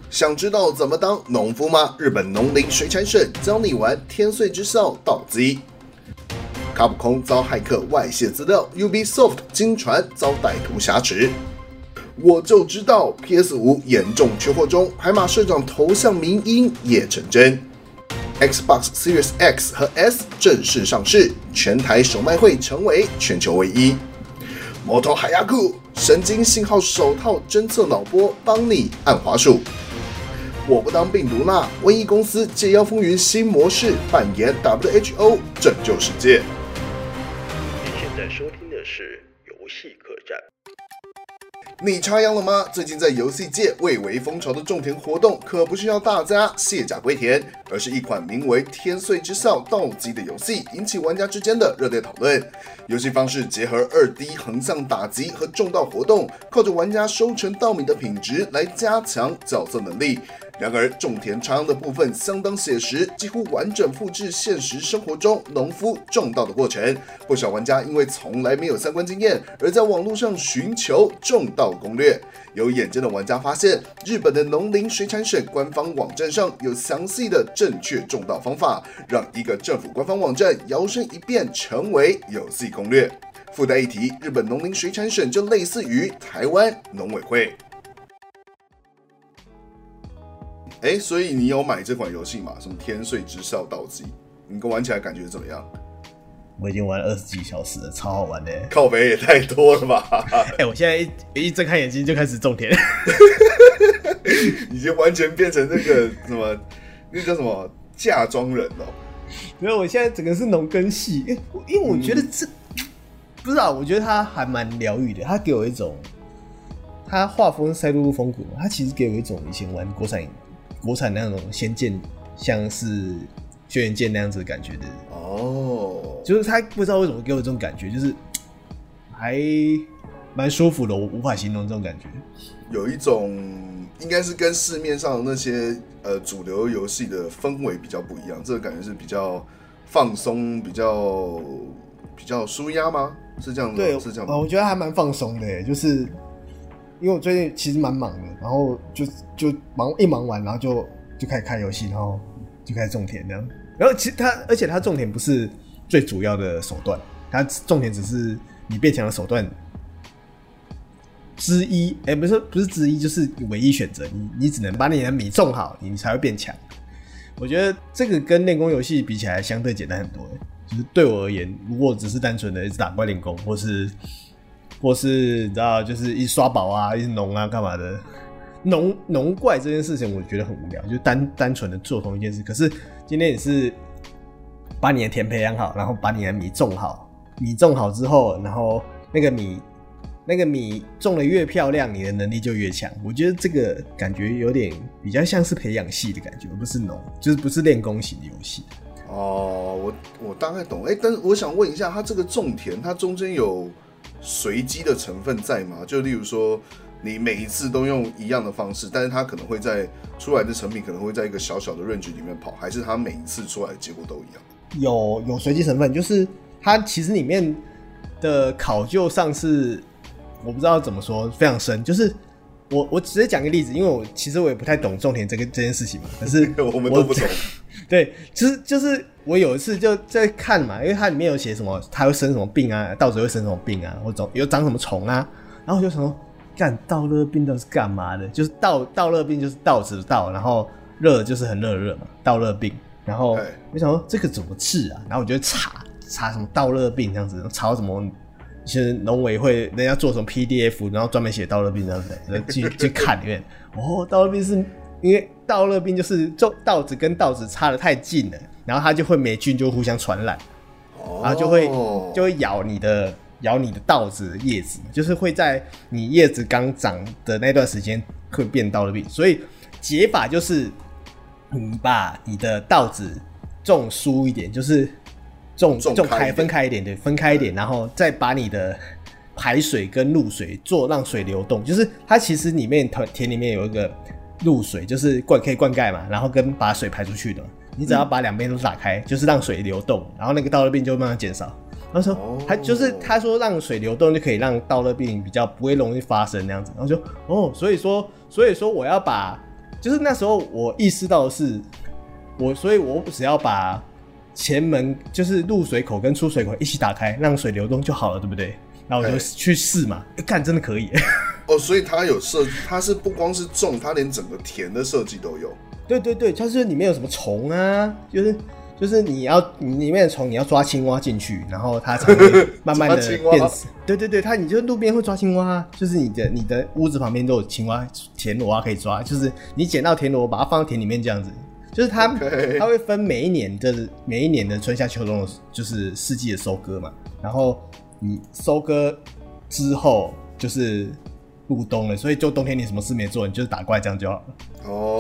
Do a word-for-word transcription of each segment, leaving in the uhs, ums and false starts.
想知道怎么当农夫吗？日本农林水产省教你玩天穗之笑盗机。卡普空遭骇客外泄资料 ，Ubisoft 经传遭歹徒挟持。我就知道 P S 五 严重缺货中，海马社长头像迷因也成真。Xbox Series X 和 S 正式上市，全台首卖会成为全球唯一。Moto Hayaku 神经信号手套侦测脑波，帮你按滑鼠。我不当病毒啦！瘟疫公司解药风云新模式，扮演 W H O 拯救世界。 你现在收听的是游戏客栈。 你插秧了吗？最近在游戏界蔚为风潮的种田活动，可不是要大家卸甲归田，而是一款名为《天穗之笑》盗机的游戏，引起玩家之间的热烈讨论。游戏方式结合 二 D 横向打击和种稻活动，靠着玩家收成稻米的品质来加强角色能力。然而，种田插秧的部分相当写实，几乎完整复制现实生活中农夫种稻的过程。不少玩家因为从来没有相关经验，而在网络上寻求种稻攻略。有眼尖的玩家发现，日本的农林水产省官方网站上有详细的正确种稻方法，让一个政府官方网站摇身一变成为游戏攻略。附带一提，日本农林水产省就类似于台湾农委会。哎，所以你有买这款游戏吗？什么天穗之笑盗机？你玩起来感觉怎么样？ 我已经玩了二十几小时了，超好玩的。 靠北也太多了吧！ 哎、欸，我现在一一睁开眼睛就开始种田， 已经完全变成那个什么，那叫什么嫁妆人哦。 没有，我现在整个是农耕系，因为因为我觉得这、嗯、不知道，我觉得它还蛮疗愈的，它给我一种，它画风赛璐璐风格，它其实给我一种以前玩国产国产那种仙剑，像是轩辕剑那样子的感觉的哦，就是他不知道为什么给我这种感觉，就是还蛮舒服的，我无法形容这种感觉。 有一种应该是跟市面上的那些呃主流游戏的氛围比较不一样，这个感觉是比较放松，比较比较舒压吗？是这样吗？ 对， 是这样吗？ 我觉得还蛮放松的，就是因为我最近其实蛮忙的，然后就就忙一忙完，然后就就开始开游戏，然后就开始种田这样。然后其实它，而且它种田不是最主要的手段，它种田只是你变强的手段之一，哎、欸，不是不是之一，就是唯一选择。你你只能把你的米种好，你才会变强。我觉得这个跟练功游戏比起来相对简单很多，就是对我而言，如果只是单纯的一直打怪练功，或是或是你知道，就是一直刷宝啊，一直农啊，干嘛的？农农怪这件事情，我觉得很无聊，就单单纯的做同一件事。可是今天也是把你的田培养好，然后把你的米种好，米种好之后，然后那个米那个米种的越漂亮，你的能力就越强。我觉得这个感觉有点比较像是培养系的感觉，而不是农，就是不是练功型的游戏。 哦，我我大概懂。哎，但是我想问一下，它这个种田，它中间有随机的成分在吗？就例如说，你每一次都用一样的方式，但是它可能会在出来的成品可能会在一个小小的 range 里面跑，还是它每一次出来的结果都一样？ 有有随机成分，就是它其实里面的考究上是我不知道怎么说，非常深。就是我我直接讲一个例子，因为我其实我也不太懂种田这个这件事情嘛，可是我们都不懂。 对，就是就是我有一次就在看嘛，因为它里面有写什么，它会生什么病啊，稻子会生什么病啊，或者有长什么虫啊，然后我就想说，干稻热病都是干嘛的？就是稻稻热病就是稻子的稻，然后热就是很热的热嘛，稻热病。然后我想说这个怎么治啊？然后我就查查什么稻热病这样子，查什么，就是农委会人家做什么 P D F， 然后专门写稻热病这样子，去去看里面。哦，稻热病是因为稻热病就是稻子跟稻子插得太近了，然后它就会霉菌就互相传染，然后就会就会咬你的咬你的稻子的叶子，就是会在你叶子刚长的那段时间会变稻热病。所以解法就是你把你的稻子种疏一点，就是种种开分开一点，对，分开一点，然后再把你的排水跟露水做让水流动，就是它其实里面田里面有一个露水，就是灌可以灌溉嘛，然后跟把水排出去的，你只要把两边都打开，就是让水流动，然后那个稻热病就会慢慢减少。然后说他就是他说让水流动就可以让稻热病比较不会容易发生那样子，然后就哦，所以说所以说我要把就是那时候我意识到的是，我所以我只要把前门就是入水口跟出水口一起打开，让水流动就好了，对不对？然后我就去试嘛，干、欸、真的可以。 哦，所以它有设计，它是不光是种，它连整个田的设计都有。 对对对，它是里面有什么虫啊，就是就是你要你里面的虫你要抓青蛙进去，然后它才会慢慢的变死。对对对，它你就路边会抓青蛙，就是你的你的屋子旁边都有青蛙田螺啊可以抓，就是你捡到田螺把它放到田里面这样子。就是它， okay. 它会分每一年的每一年的春夏秋冬，就是四季的收割嘛。然后你收割之后就是入冬了，所以就冬天你什么事没做，你就是打怪这样就好了。哦、oh. ，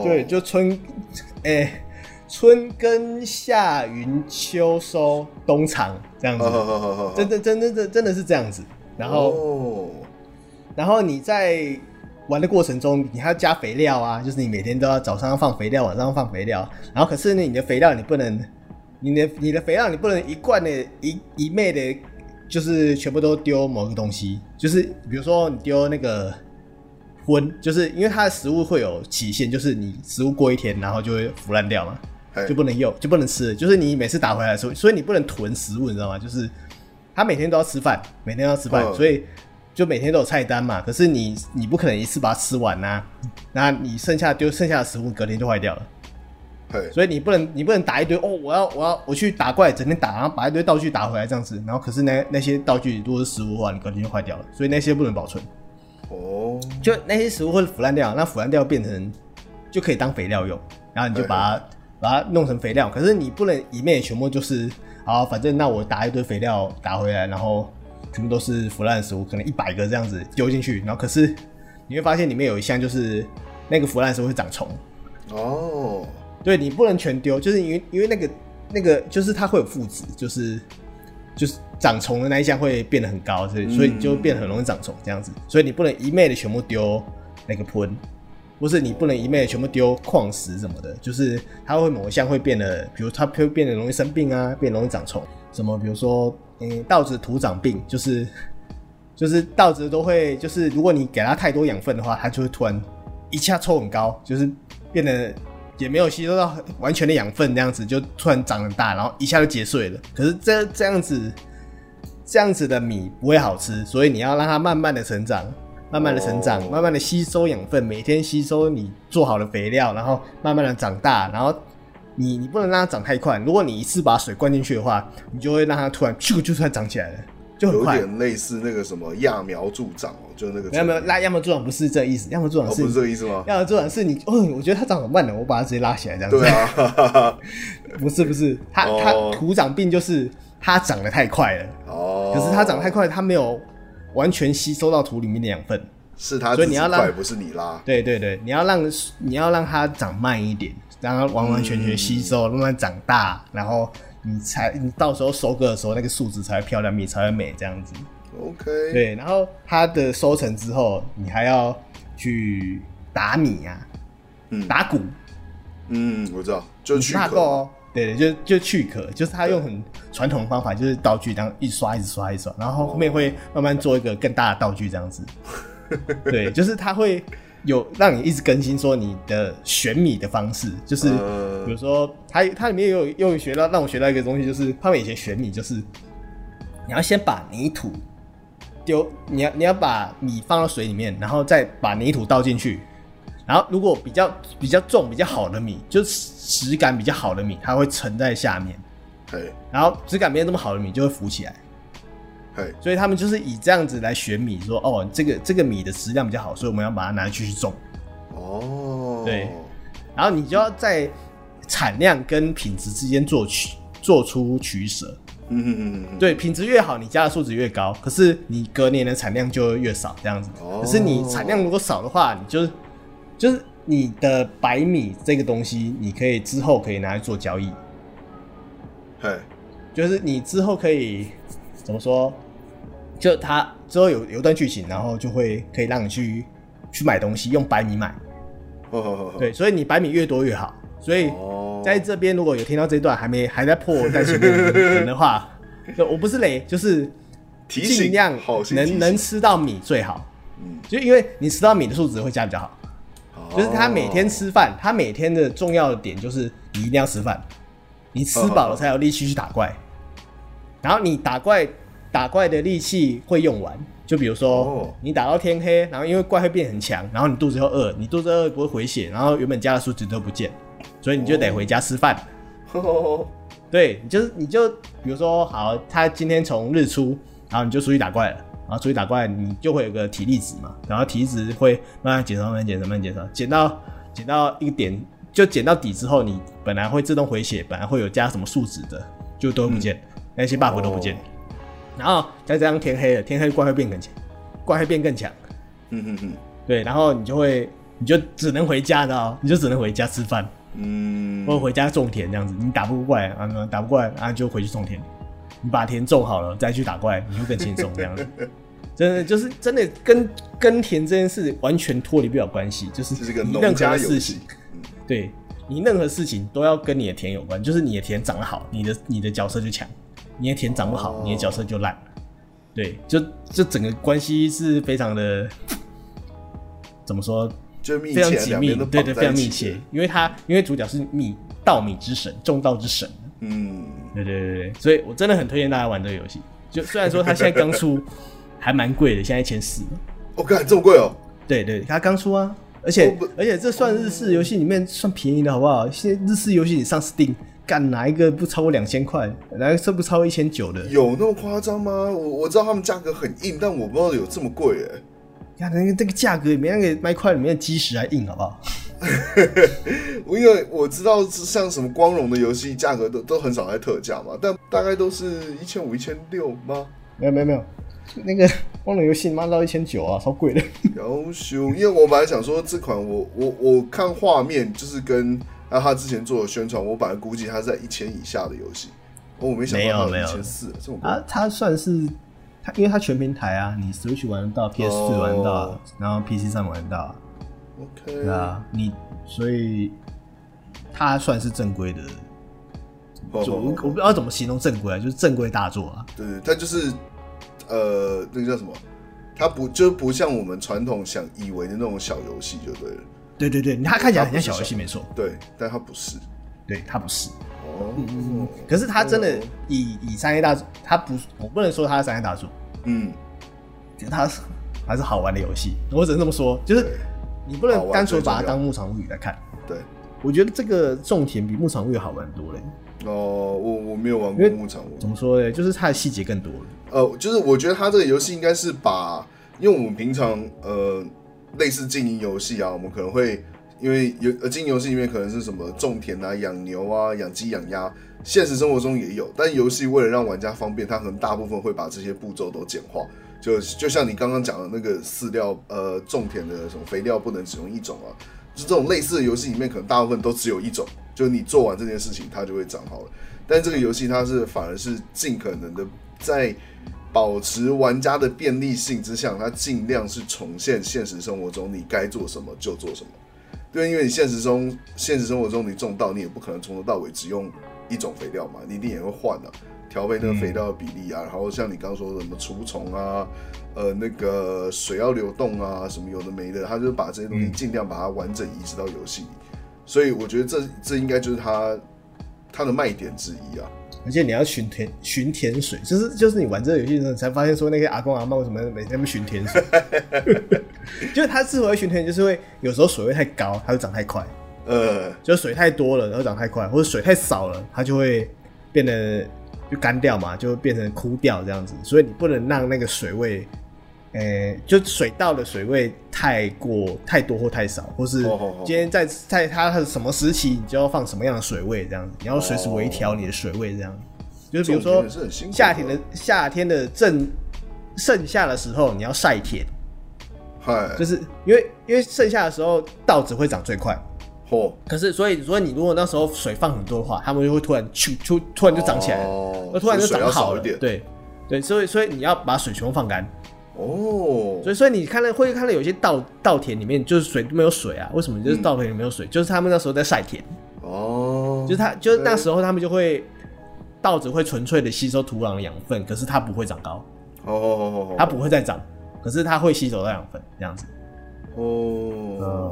对，就春，哎、欸，春耕夏耘秋收冬藏这样子， oh, oh, oh, oh. 真的真的真的是这样子。然后， oh. 然后你在玩的过程中，你还要加肥料啊，就是你每天都要早上要放肥料，晚上要放肥料。然后可是呢，你的肥料你不能，你的你的肥料你不能一罐的一一昧的，就是全部都丢某个东西。就是比如说你丢那个荤，就是因为它的食物会有期限，就是你食物过一天，然后就会腐烂掉嘛，就不能用，就不能吃了。就是你每次打回来的时候，所以你不能囤食物，你知道吗？就是他每天都要吃饭，每天都要吃饭，哦、所以。就每天都有菜单嘛，可是你你不可能一次把它吃完啊，那你剩下丢剩下的食物隔天就坏掉了，所以你不能你不能打一堆哦，我要我要我去打怪，整天打，然后把一堆道具打回来这样子，然后可是那那些道具如果是食物的话，你隔天就坏掉了，所以那些不能保存。哦，就那些食物会腐烂掉，那腐烂掉变成就可以当肥料用，然后你就把它把它弄成肥料，可是你不能一面全部就是好，反正那我打一堆肥料打回来，然后。全部都是腐烂的食物，可能一百个这样子丢进去，然后可是你会发现里面有一项就是那个腐烂的食物会长虫。哦，对，你不能全丢，就是因为因为那个那个就是它会有附子，就是就是长虫的那一项会变得很高，所以所以就变得很容易长虫这样子，所以你不能一昧的全部丢那个喷，或是你不能一昧的全部丢矿石什么的，就是它会某一项会变得，比如它会变得容易生病啊，变得容易长虫，什么比如说。嗯，稻子土长病就是就是稻子都会就是如果你给它太多养分的话，它就会突然一下抽很高，就是变得也没有吸收到完全的养分，这样子就突然长很大，然后一下就结穗了。可是这这样子这样子的米不会好吃，所以你要让它慢慢的成长，慢慢的成长， oh. 慢慢的吸收养分，每天吸收你做好的肥料，然后慢慢的长大，然后。你你不能让它长太快，如果你一次把水灌进去的话，你就会让它突然咻就突然长起来了，就很快。 有点类似那个什么揠苗助长哦，就那个。 没有没有，拉揠苗助长不是这个意思，揠苗助长是、 哦、不是这个意思吗？ 揠苗助长是你哦，我觉得它长很慢的，我把它直接拉起来这样子。 对啊， 不是不是，它、哦、它土长病就是它长得太快了哦，可是它长得太快，它没有完全吸收到土里面的养分， 是它自己快，不是你拉。 对对对，你要让你要让它长慢一点。让它完完全全吸收，嗯、慢慢长大，然后你才你到时候收割的时候，那个树枝才会漂亮，米才会美这样子。 OK。对， 然后它的收成之后，你还要去打米啊，嗯、打谷。 嗯，我知道，就去壳。 哦，对对，就就去壳，就是他用很传统的方法，就是道具当一直刷一直刷一直刷，然后后面会慢慢做一个更大的道具这样子。对，就是他会。有让你一直更新说你的选米的方式，就是比如说它它里面有又学到让我学到一个东西，就是他们以前选米就是你要先把泥土丢，你要你要把米放到水里面，然后再把泥土倒进去，然后如果比较比较重比较好的米，就是质感比较好的米，它会沉在下面，对，然后质感没有那么好的米就会浮起来。所以他们就是以这样子来选米，说哦，这个这个米的质量比较好，所以我们要把它拿去去种。哦，对，然后你就要在产量跟品质之间做取做出取舍。嗯嗯嗯嗯，对，品质越好，你加的数值越高，可是你隔年的产量就越少，这样子。哦，可是你产量如果少的话，你就就是你的白米这个东西，你可以之后可以拿来做交易。嘿，就是你之后可以怎么说？就它之后有有一段剧情，然后就会可以让你去去买东西，用白米买。哦，对，所以你白米越多越好。所以在这边如果有听到这一段还没还在破在前面的人的话，我不是雷，就是尽量能能吃到米最好。嗯，就因为你吃到米的数值会加比较好。 就是他每天吃饭，他每天的重要的点就是你一定要吃饭，你吃饱了才有力气去打怪。然后你打怪打怪的力气会用完，就比如说你打到天黑，然后因为怪会变很强，然后你肚子又饿，你肚子饿不会回血，然后原本加的数值都不见，所以你就得回家吃饭。对，你就是你就比如说好，他今天从日出，然后你就出去打怪了。然后出去打怪，你就会有个体力值嘛，然后体力值会慢慢减少，慢慢减少，慢慢减少，减到减到一个点，就减到底之后，你本来会自动回血，本来会有加什么数值的，就都不见，嗯、那些 buff 都不见。哦、然后再这样天黑了，天黑怪会变更强，怪会变更强。嗯哼哼，对，然后你就会，你就只能回家，知道？你就只能回家吃饭，嗯，或者回家种田这样子。你打不过怪啊，打不过来啊，就回去种田。你把田种好了，再去打怪，你会更轻松这样子。真的就是真的跟耕田这件事完全脱离不了关系，就是你任何事情，对你任何事情都要跟你的田有关。就是你的田长得好，你的你的角色就强；你的田长不好，哦、你的角色就烂。对，就就整个关系是非常的怎么说？ 就密切，非常紧密，对对，非常密切。因为他因为主角是米稻米之神，种稻之神。嗯，对对对对，所以我真的很推荐大家玩这个游戏。就虽然说他现在刚出，还蛮贵的，现在一千四。 我靠，这么贵哦！ 对对，他刚出啊，而且、哦、而且这算日式游戏里面算便宜的，好不好？现在日式游戏你上 Steam， 干哪一个不超过两千块？哪一个不超过一千九的？ 有那么夸张吗？我我知道他们价格很硬，但我不知道有这么贵哎。 呀，那个这个价格比那个麦块里面的基石还硬，好不好？ 因为我知道像什么光荣的游戏价格都都很少在特价嘛，但大概都是一千五、一千六吗？ 没有没有没有，那个光荣游戏妈到一千九啊，超贵的。 要修，因为我本来想说这款我我我看画面就是跟啊他之前做的宣传，我本来估计它是在一千以下的游戏，哦，我没想到它有一千四，这么贵。 啊，它算是它，因为它全平台啊，你 Switch 玩得到 ，P S 四 玩得到，哦、然后 P C 上玩得到。 OK， 对啊，你所以它算是正规的，哦、我我不知道怎么形容正规啊，就是正规大作啊。 对，它就是呃，那个叫什么？它不就不像我们传统想以为的那种小游戏就对了。 对对对，它看起来很像小游戏，没错。 对，但它不是。 对，它不是。哦、嗯嗯。可是它真的以以三 A 大作，它不，我不能说它是三 A 大作。嗯。可是它是还是好玩的游戏，我只能这么说，就是。你不能单纯把它当牧场物语来看。 对， 我觉得这个种田比牧场物语好玩多了。 哦，我我没有玩过牧场物语。 怎么说呢？就是它的细节更多了。 呃，就是我觉得它这个游戏应该是把，因为我们平常呃类似经营游戏啊，我们可能会因为有呃经营游戏里面可能是什么种田啊、养牛啊、养鸡、养鸭，现实生活中也有，但游戏为了让玩家方便，它可能大部分会把这些步骤都简化。就就像你刚刚讲的那个饲料，呃，种田的什么肥料不能只用一种啊，就这种类似的游戏里面，可能大部分都只有一种，就你做完这件事情，它就会长好了。但这个游戏它是反而是尽可能的在保持玩家的便利性之下，它尽量是重现现实生活中你该做什么就做什么。对，因为你现实中现实生活中你种稻，你也不可能从头到尾只用一种肥料嘛，你一定也会换的、啊。调配那个肥料的比例啊，然后像你刚刚说的什么除虫啊，呃，那个水要流动啊，什么有的没的，他就把这些东西尽量把它完整移植到游戏里，所以我觉得这这应该就是他他的卖点之一啊。 而且你要巡田巡田水，就是就是你玩这个游戏的时候，你才发现说那些阿公阿嬷为什么每天在巡田水，就是他之所以巡田，就是会有时候水位太高，它就长太快，呃，就水太多了，然后长太快，或者水太少了，它就会变得。就干掉嘛，就会变成枯掉这样子，所以你不能让那个水位，呃，就水稻的水位太过太多或太少，或是今天在在它的什么时期，你就要放什么样的水位这样子，你要随时微调你的水位这样子。就是比如说夏天的夏天的正盛夏的时候，你要晒田，就是因为因为盛夏的时候稻子会长最快。Oh. 可是，所以，所以你如果那时候水放很多的话，它们就会突然去，突突然就长起来了，哦、突然就长好了。对，对，所以，所以你要把水全部放干。哦， oh. 所以，所以你看到会看到有些稻稻田里面就是水没有水啊？为什么？就是稻田里没有水，嗯、就是他们那时候在晒田。哦， oh. 就是他，就是那时候他们就会稻子会纯粹的吸收土壤的养分，可是它不会长高。哦哦哦，它不会再长，可是它会吸收到养分，这样子。哦，呃，哦，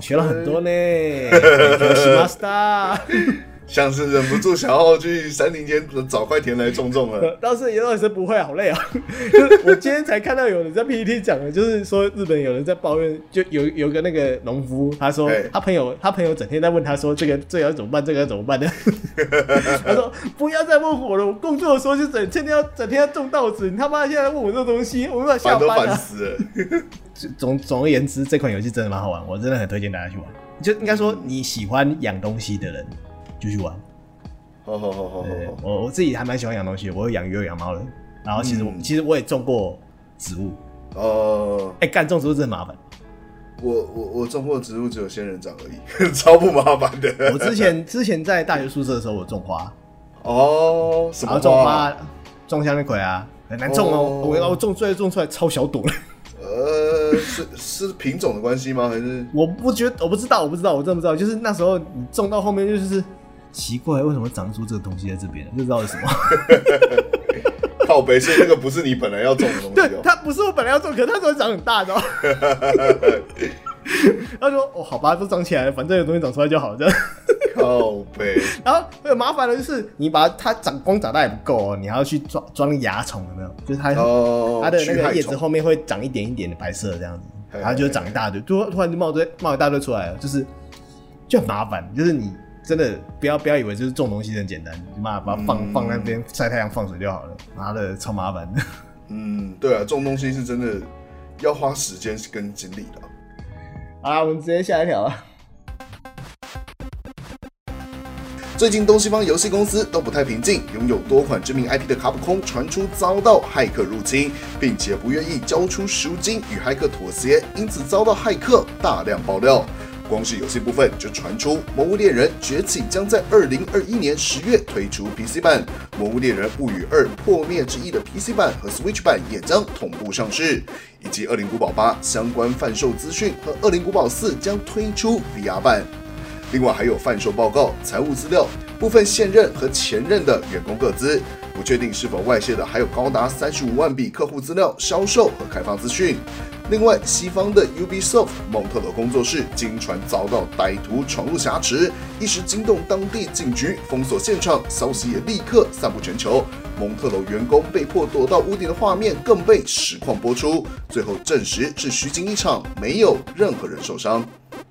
学了很多呢。Master 像是忍不住想要去山林间找块田来种种了。 倒是有段时间不会，好累啊！就是我今天才看到有人在 P T T 讲的，就是说日本有人在抱怨，就有有个那个农夫，他说他朋友他朋友整天在问他说这个这个要怎么办，这个要怎么办的。他说不要再问我了，我工作的时候就整天要整天要种稻子，你他妈现在问我这个东西，我没办法下班啊！ 烦死了。 总总而言之，这款游戏真的蛮好玩，我真的很推荐大家去玩。就应该说你喜欢养东西的人。就去玩， 好好好好好。 我我自己还蛮喜欢养东西的，我有养鱼有养猫的。然后其实我、嗯、其实我也种过植物。哦。哎，干种植物真的麻烦。 我我我种过植物只有仙人掌而已，超不麻烦的。 我之前之前在大学宿舍的时候，我种花。 哦，什么花？ 然后种花，种向日葵啊，很难种哦。我我种出来种出来超小朵了。 呃，是是品种的关系吗？还是我不觉得，我不知道，我不知道，我真的不知道。就是那时候你种到后面，就是奇怪，为什么长出这个东西在这边？就知道是什么。 靠北，所以那个不是你本来要种的东西、喔。 对，它不是我本来要种，可是它会长很大的、喔。他说：“哦，好吧，都长起来了，反正有东西长出来就好。”这样。 靠北。 然后很麻烦的就是，你把它长光长大也不够哦，你还要去装装蚜虫，有没有？就是它、哦、它的那个叶子后面会长一点一点的白色这样子，然后就长一大堆，突突然就冒堆冒一大堆出来了，就是就很麻烦。就是你真的不要不要以为就是种东西很简单，你妈把它放、嗯、放那边晒太阳放水就好了，妈的超麻烦的。 嗯，对啊，种东西是真的要花时间跟精力的。 好啦，我们直接下一条了。 最近东西方游戏公司都不太平静，拥有多款知名 I P 的卡普空传出遭到骇客入侵，并且不愿意交出赎金与骇客妥协，因此遭到骇客大量爆料。光是游戏部分就传出《魔物猎人崛起》将在二零二一年十月推出 P C 版，《魔物猎人物语二：破灭之翼》的 P C 版和 Switch 版也将同步上市，以及《恶灵古堡八》相关贩售资讯和《恶灵古堡四》将推出 V R 版。另外还有贩售报告、财务资料、部分现任和前任的员工个资，不确定是否外泄的还有高达三十五万笔客户资料、销售和开发资讯。另外，西方的 Ubisoft 蒙特罗工作室经传遭到歹徒闯入挟持，一时惊动当地警局，封锁现场，消息也立刻散布全球。蒙特罗员工被迫躲到屋顶的画面更被实况播出，最后证实是虚惊一场，没有任何人受伤。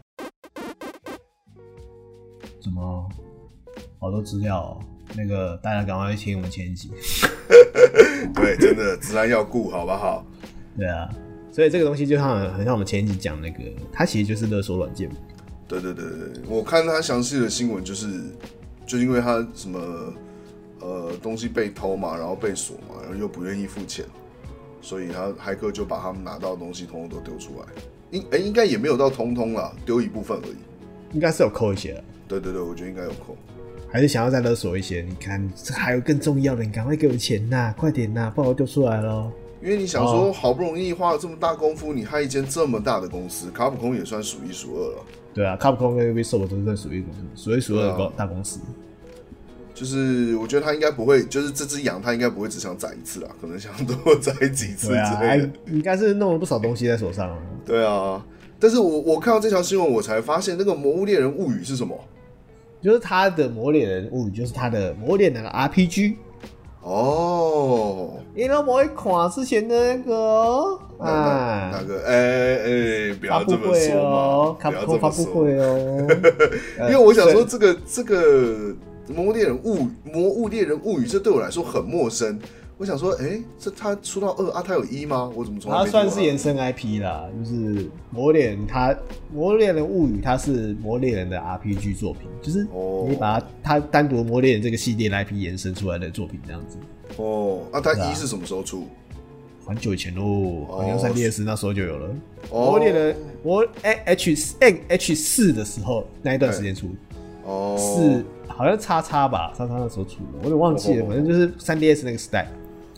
什么？好多资料哦，那个大家赶快去听我们前一集。 对，真的治安要顾，好不好？ 对啊，所以这个东西就像很像我们前一集讲那个，它其实就是勒索软件。 对对对对，我看他详细的新闻，就是就因为他什么呃东西被偷嘛，然后被锁嘛，然后又不愿意付钱，所以他骇客就把他们拿到的东西通通都丢出来。应哎、欸、应该也没有到通通啦，丢一部分而已。 应该是有扣一些的。 对对对，我觉得应该有扣。 还是想要再勒索一些？你看，这还有更重要的，你赶快给我钱呐，快点呐，不然我丢出来咯。 因为你想说，哦、好不容易花了这么大功夫，你害一间这么大的公司，卡普空也算数一数二了。 对啊，卡普空跟 Ubisoft 都是在数一数一数二的大公司。 就是我觉得他应该不会，就是这只羊他应该不会只想宰一次啦，可能想多宰几次之类的。 对啊，应该是弄了不少东西在手上了。 对啊，但是我我看到这条新闻，我才发现那个《魔物猎人物语》是什么。 就是他的《魔猎人物语》，就是他的《魔猎人》的 R P G 哦。 你都不会看之前的那个啊，那个哎哎、欸欸，不要这么说嘛， 卡普空发布会哦。 因为我想说，这个这个《魔物猎人物魔物猎人物语》这对我来说很陌生。我想说，哎、欸，这他出到二啊，他有一吗？我怎么从来没听过？ 他算是延伸 I P 啦，就是《魔猎人》他《魔猎人物语》它是《魔猎人》的 R P G 作品，就是你把它它单独《魔猎人》这个系列的 I P 延伸出来的作品这样子。 哦，那、啊、他一是什么时候出？ 很久以前喽，好像 三 D S 那时候就有了。哦、魔猎人魔 H N H 四的时候那一段时间出。哦，是好像叉叉吧，叉叉那时候出的，我有点忘记了，哦、反正就是 三 D S 那个时代。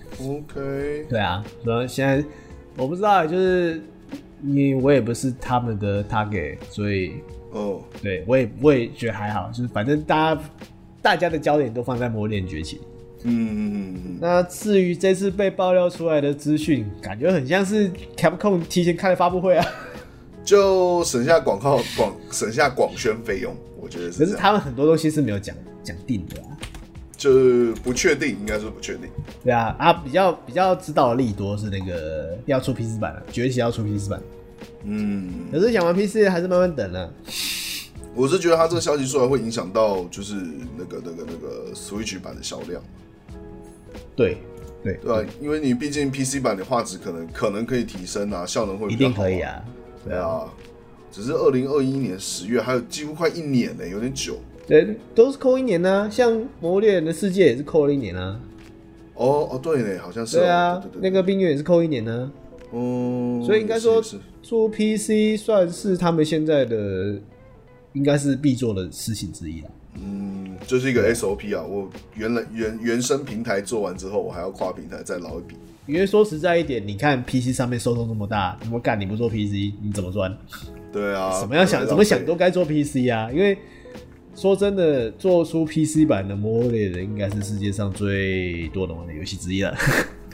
OK， 对啊，所以现在我不知道，就是因为我也不是他们的 target， 所以哦，对我也我也觉得还好，就是反正大家大家的焦点都放在《魔猎崛起》。嗯嗯嗯。那至于这次被爆料出来的资讯，感觉很像是 Capcom 提前开了发布会啊。 就省下广告广省下广宣费用，我觉得是这样。 可是他们很多东西是没有讲讲定的啊， 就不确定，应该是不确定。 对啊，啊，比较比较知道的利多是那个要出 P C 版了，崛起要出 P C 版。嗯，可是想玩 P C 还是慢慢等了。 我是觉得他这个消息出来会影响到就是那个那个那个 Switch 版的销量。 对对对啊，因为你毕竟 P C 版的画质可能可能可以提升啊，效能会比较好、啊、 一定可以啊。 对啊，只是二零二一年十月，还有几乎快一年呢、欸，有点久。 对，都是扣一年呢、啊，像《魔物猎人的世界》也是扣了一年啊。 哦哦，对呢，好像是、哦。 对啊， 对对对那个冰原也是扣一年呢、啊。哦，所以应该说做 P C 算是他们现在的应该是必做的事情之一啦。 嗯，这、就是一个 S O P 啊，我原来原原生平台做完之后，我还要跨平台再捞一笔。 因为说实在一点，你看 P C 上面受众这么大，那么干你不做 P C， 你怎么赚？ 对啊， 怎么样想怎么想都该做 P C 啊，因为说真的，做出 P C 版的《魔物猎人》应该是世界上最多人玩的游戏之一了。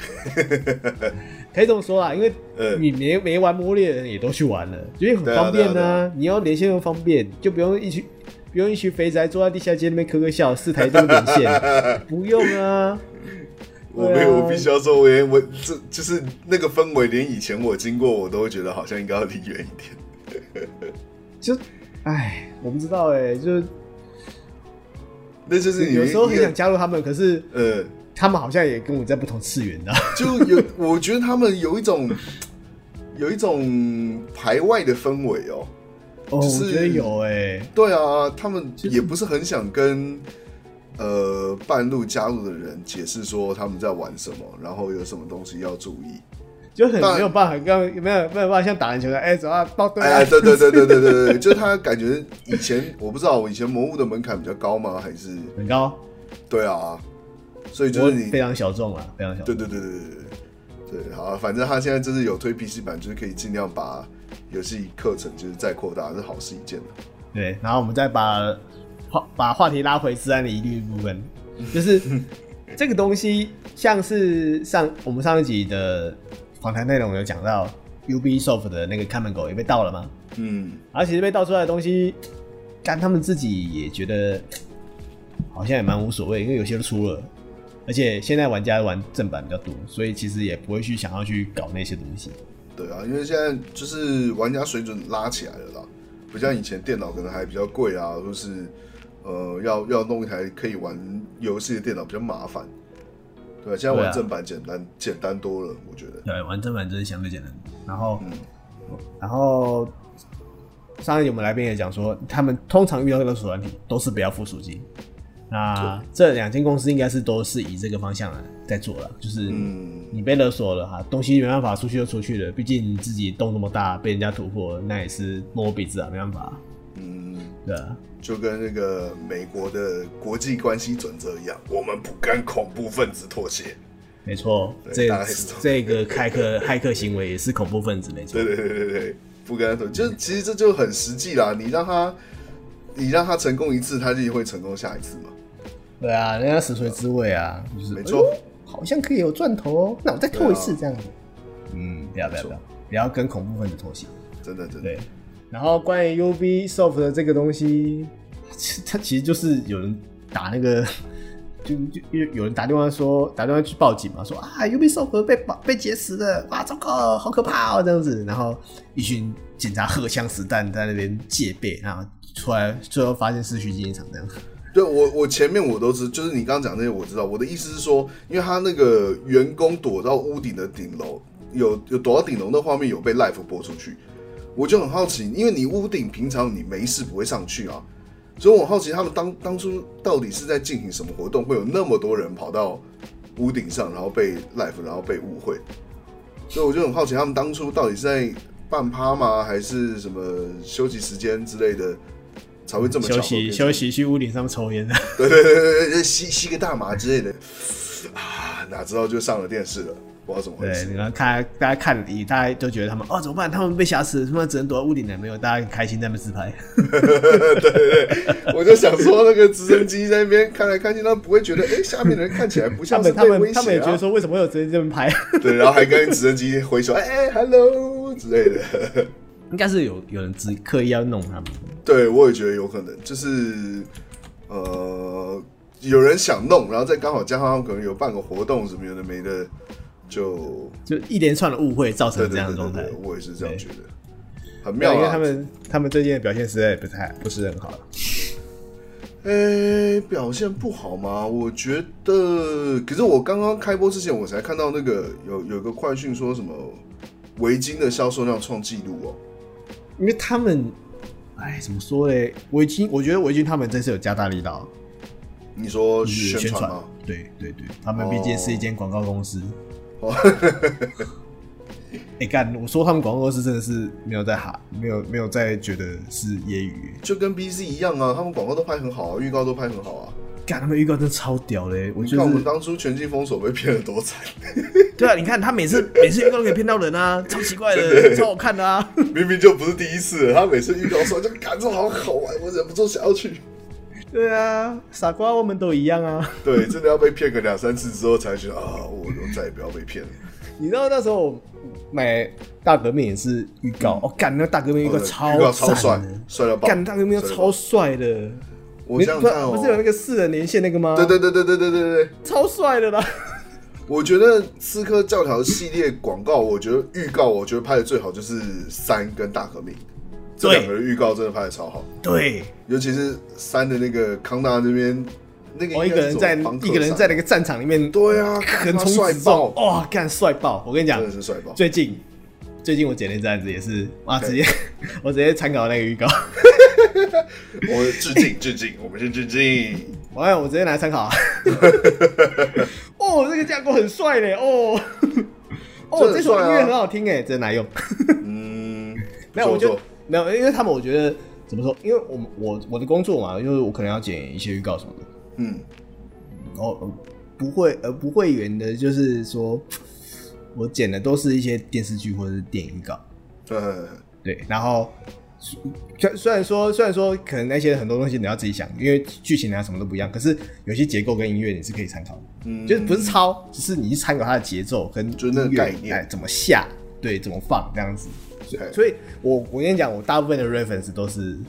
可以这么说啦，因为你没没玩《魔物猎人》也都去玩了，因为很方便啊。 对啊对啊对啊， 你要连线又方便，就不用一群不用一群肥宅坐在地下街那边咳咳笑，四台都连线，不用啊。 我没有，我必须要说，我连我这就是那个氛围，连以前我经过，我都会觉得好像应该要离远一点。 就，哎，我不知道哎、欸，就那就是你有时候很想加入他们，可是呃， 他们好像也跟我在不同次元的， 就有我觉得他们有一种有一种排外的氛围哦。 哦， 就是、 我觉得有哎、欸， 对啊，他们也不是很想跟。呃，半路加入的人解释说他们在玩什么，然后有什么东西要注意， 就很没有办法，刚没有没有办法像打篮球的，哎、欸，走啊，报队啊！ 哎，对对对对对对对，就是他感觉以前我不知道，我以前魔物的门槛比较高吗？还是很高？ 对啊，所以就是你非常小众啊，非常小众。 对对对对对对对，好、啊，反正他现在就是有推 P C 版，就是可以尽量把游戏课程就是再扩大，是好事一件的。 对，然后我们再把。把话题拉回治安的疑虑部分，就是这个东西，像是上我们上一集的访谈内容有讲到 ，Ubisoft 的那个看门狗也被盗了嘛，嗯，而其实被盗出来的东西，干他们自己也觉得好像也蛮无所谓，因为有些都出了，而且现在玩家玩正版比较多，所以其实也不会去想要去搞那些东西。 对啊，因为现在就是玩家水准拉起来了啦，不像以前电脑可能还比较贵啊，或是。呃，要要弄一台可以玩游戏的电脑比较麻烦，对吧？现在玩正版简单、啊、简单多了，我觉得。 对，玩正版真是相对简单。然后，嗯、然后上一集我们来宾也讲说，他们通常遇到勒索软体都是不要付赎金。那这两间公司应该是都是以这个方向来在做了，就是你被勒索了哈，东西没办法出去就出去了，毕竟你自己洞那么大，被人家突破，那也是摸鼻子啊，没办法。嗯，对啊。 就跟那个美国的国际关系准则一样，我们不跟恐怖分子妥协。 没错，这这个骇客骇客行为也是恐怖分子，没错。 对对对对对，不跟他妥协，就其实这就很实际啦。你让他，你让他成功一次，他就会成功下一次嘛。 对啊，人家食髓知味啊，就是没错、 哎，好像可以有赚头哦，那我再偷一次这样子。嗯，不要不要不要，不要跟恐怖分子妥协， 真的真的。 对。然后关于 Ubisoft 的这个东西，它其实就是有人打那个，就就有人打电话说打电话去报警嘛，说啊 Ubisoft 被被劫持了，哇糟糕，好可怕哦这样子。然后一群警察荷枪实弹在那边戒备，然后出来最后发现是虚惊一场这样。 对我我前面我都知，就是你刚刚讲那些我知道。我的意思是说，因为他那个员工躲到屋顶的顶楼，有有躲到顶楼的画面有被 live 播出去。我就很好奇，因为你屋顶平常你没事不会上去啊，所以我很好奇他们当当初到底是在进行什么活动，会有那么多人跑到屋顶上，然后被 live， 然后被误会，所以我就很好奇他们当初到底是在办趴吗，还是什么休息时间之类的才会这么巧合？ 休息休息去屋顶上抽烟的， 对对对对对，吸吸个大麻之类的啊，哪知道就上了电视了。不知道怎么回事。 对，你看看大家看，大家都觉得他们哦怎么办？他们被挟持，他们只能躲在屋顶了。没有，大家很开心在那边自拍。 对对对，我就想说那个直升机在那边看来看去，他们不会觉得哎、欸、下面的人看起来不像是被威胁、啊、 他们他们也觉得说为什么会有直升机这边拍？ 对，然后还跟直升机挥手，哎、欸、，hello 之类的。 应该是有有人只刻意要弄他们。 对，我也觉得有可能，就是呃，有人想弄，然后再刚好加上他们可能有办个活动什么有的没的，就就一连串的误会造成这样的状态。 对对对对对，我也是这样觉得，很妙啊。 因为他们他们最近的表现实在不太不是很好。 诶，表现不好吗？我觉得，可是我刚刚开播之前，我才看到那个有有个快讯说什么围巾的销售量创纪录哦。 因为他们，哎，怎么说嘞？围巾，我觉得围巾他们这次有加大力道。 你说宣传吗？ 对对对，他们毕竟是一间广告公司。 哦， 哎干、欸，我说他们广告公司真的是没有在哈，没有没有在觉得是揶揄， 就跟 B C 一样啊，他们广告都拍很好啊，预告都拍很好啊。 干，他们预告真的超屌嘞！我觉得你看我们当初全境封锁被骗得多惨。 对啊，你看他每次每次预告都可以骗到人啊，超奇怪的，超好看的啊！ 明明就不是第一次了，他每次预告出来就感这好好玩，我忍不住想要去。 对啊，傻瓜，我们都一样啊。 对，真的要被骗个两三次之后，才觉得啊，我我再也不要被骗了。 你知道那时候我买大革命也是预告，我干、嗯哦、那大革命预告超预告超帅，帅到爆！ 干大革命超帅的。 我想想看哦， 不是有那个四人连线那个吗？ 对对对对对对对对， 超帅的啦！ 我觉得《刺客教条》系列广告，我觉得预告，我觉得拍的最好就是三跟大革命这两个的预告真的拍的超好。 对， 尤其是三的那个康纳这边，那个哦，一个人在一个人在那个战场里面， 对啊， 横冲直撞，哇，干帅爆！我跟你讲， 真的是帅爆。 最近最近我剪那阵子也是啊，直接我直接参考那个预告。 我致敬致敬，我们先致敬。 我我直接拿来参考啊。哦，这个架构很帅嘞！哦哦，这首音乐很好听哎，真拿来用。嗯，没有，我就没有，因为他们我觉得怎么说？因为我我我的工作嘛，因为我可能要剪一些预告什么的。嗯，然后不会呃不会员的，就是说我剪的都是一些电视剧或者是电影预告。对对，然后。虽然说，虽然说，可能那些很多东西你要自己想，因为剧情啊什么都不一样。可是有些结构跟音乐你是可以参考的，嗯，就是不是抄，只是你去参考它的节奏跟就那个概念， 哎，怎么下，对，怎么放这样子。所以我我跟你讲，我大部分的 reference 都是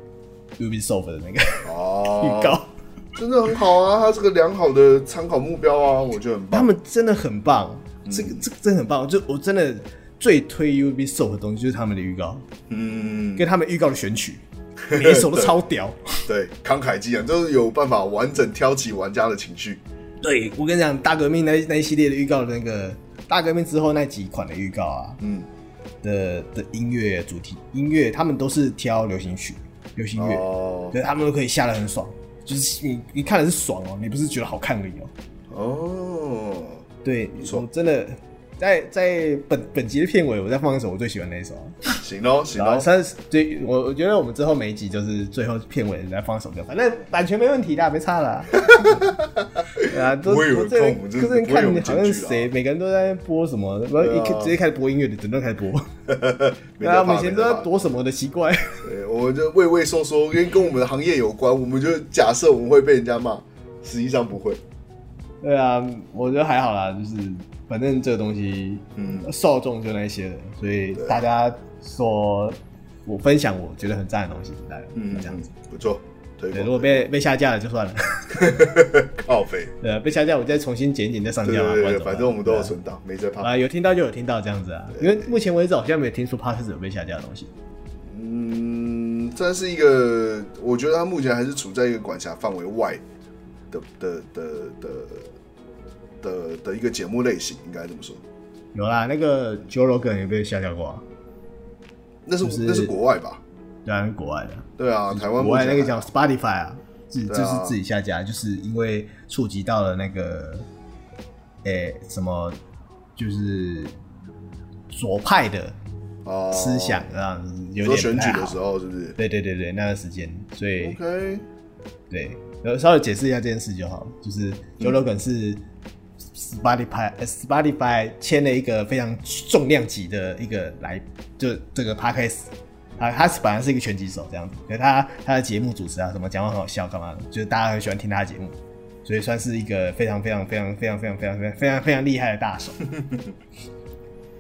Ubisoft 的那个哦预告， 真的很好啊，它是个良好的参考目标啊，我觉得很棒。 他们真的很棒，嗯、这个这个真的很棒，就我真的。最推 Ubisoft 的东西就是他们的预告，嗯，跟他们预告的选曲，每一首都超屌。 对，慷慨激昂，就是有办法完整挑起玩家的情绪。 对，我跟你讲，大革命那那一系列的预告的那个大革命之后那几款的预告啊，嗯的的音乐主题音乐，他们都是挑流行曲、流行乐，哦，所以他们都可以下得很爽，就是你你看的是爽哦，你不是觉得好看而已哦。哦，对，我真的。在在本本集的片尾，我再放一首我最喜欢的那一首。 行咯，行咯。 三十，对，我我觉得我们之后每一集就是最后片尾再放一首歌，反正版权没问题的，没差啦。对啊，都我有空， 可是你看，你好像谁，每个人都在播什么，不一直接开始播音乐的，整段开始播。对啊，我们以前都在躲什么的，奇怪。 对，我们就畏畏缩缩，因为跟我们的行业有关，我们就假设我们会被人家骂，实际上不会。 对啊，我觉得还好啦，就是。反正这个东西，嗯，受众就那些人，所以大家说我分享我觉得很赞的东西，大概嗯这样子不错。对， 如果被被下架了就算了， 靠北。 对，被下架我再重新剪一剪再上架嘛。 对对对，反正我们都有存档，没在怕啊。有听到就有听到这样子啊，因为目前为止好像没有听说 Podcast 有被下架的东西。 嗯，这是一个，我觉得它目前还是处在一个管辖范围外的的的的。的, 的一个节目类型，应该这么说。 有啦，那个 Joe Rogan 也被下架过啊。 那是、就是、那是国外吧？ 对啊，是国外的。 对啊，台湾国外那个叫 Spotify 啊，自、啊、就是自己下架，就是因为触及到了那个，诶、欸，什么，就是左派的思想啊，哦、有点选举的时候是不是？ 对对对对，那个时间，所以 OK， 对，稍微解释一下这件事就好，就是 Joe Rogan 是。Spotify Spotify 签了一个非常重量级的一个来，就这个 podcast 啊，他本来是一个拳击手这样子，可是他他的节目主持啊，什么讲话很好笑，干嘛的，就是大家很喜欢听他的节目，所以算是一个非常非常非常非常非常非常非常非常非常厉害的大手。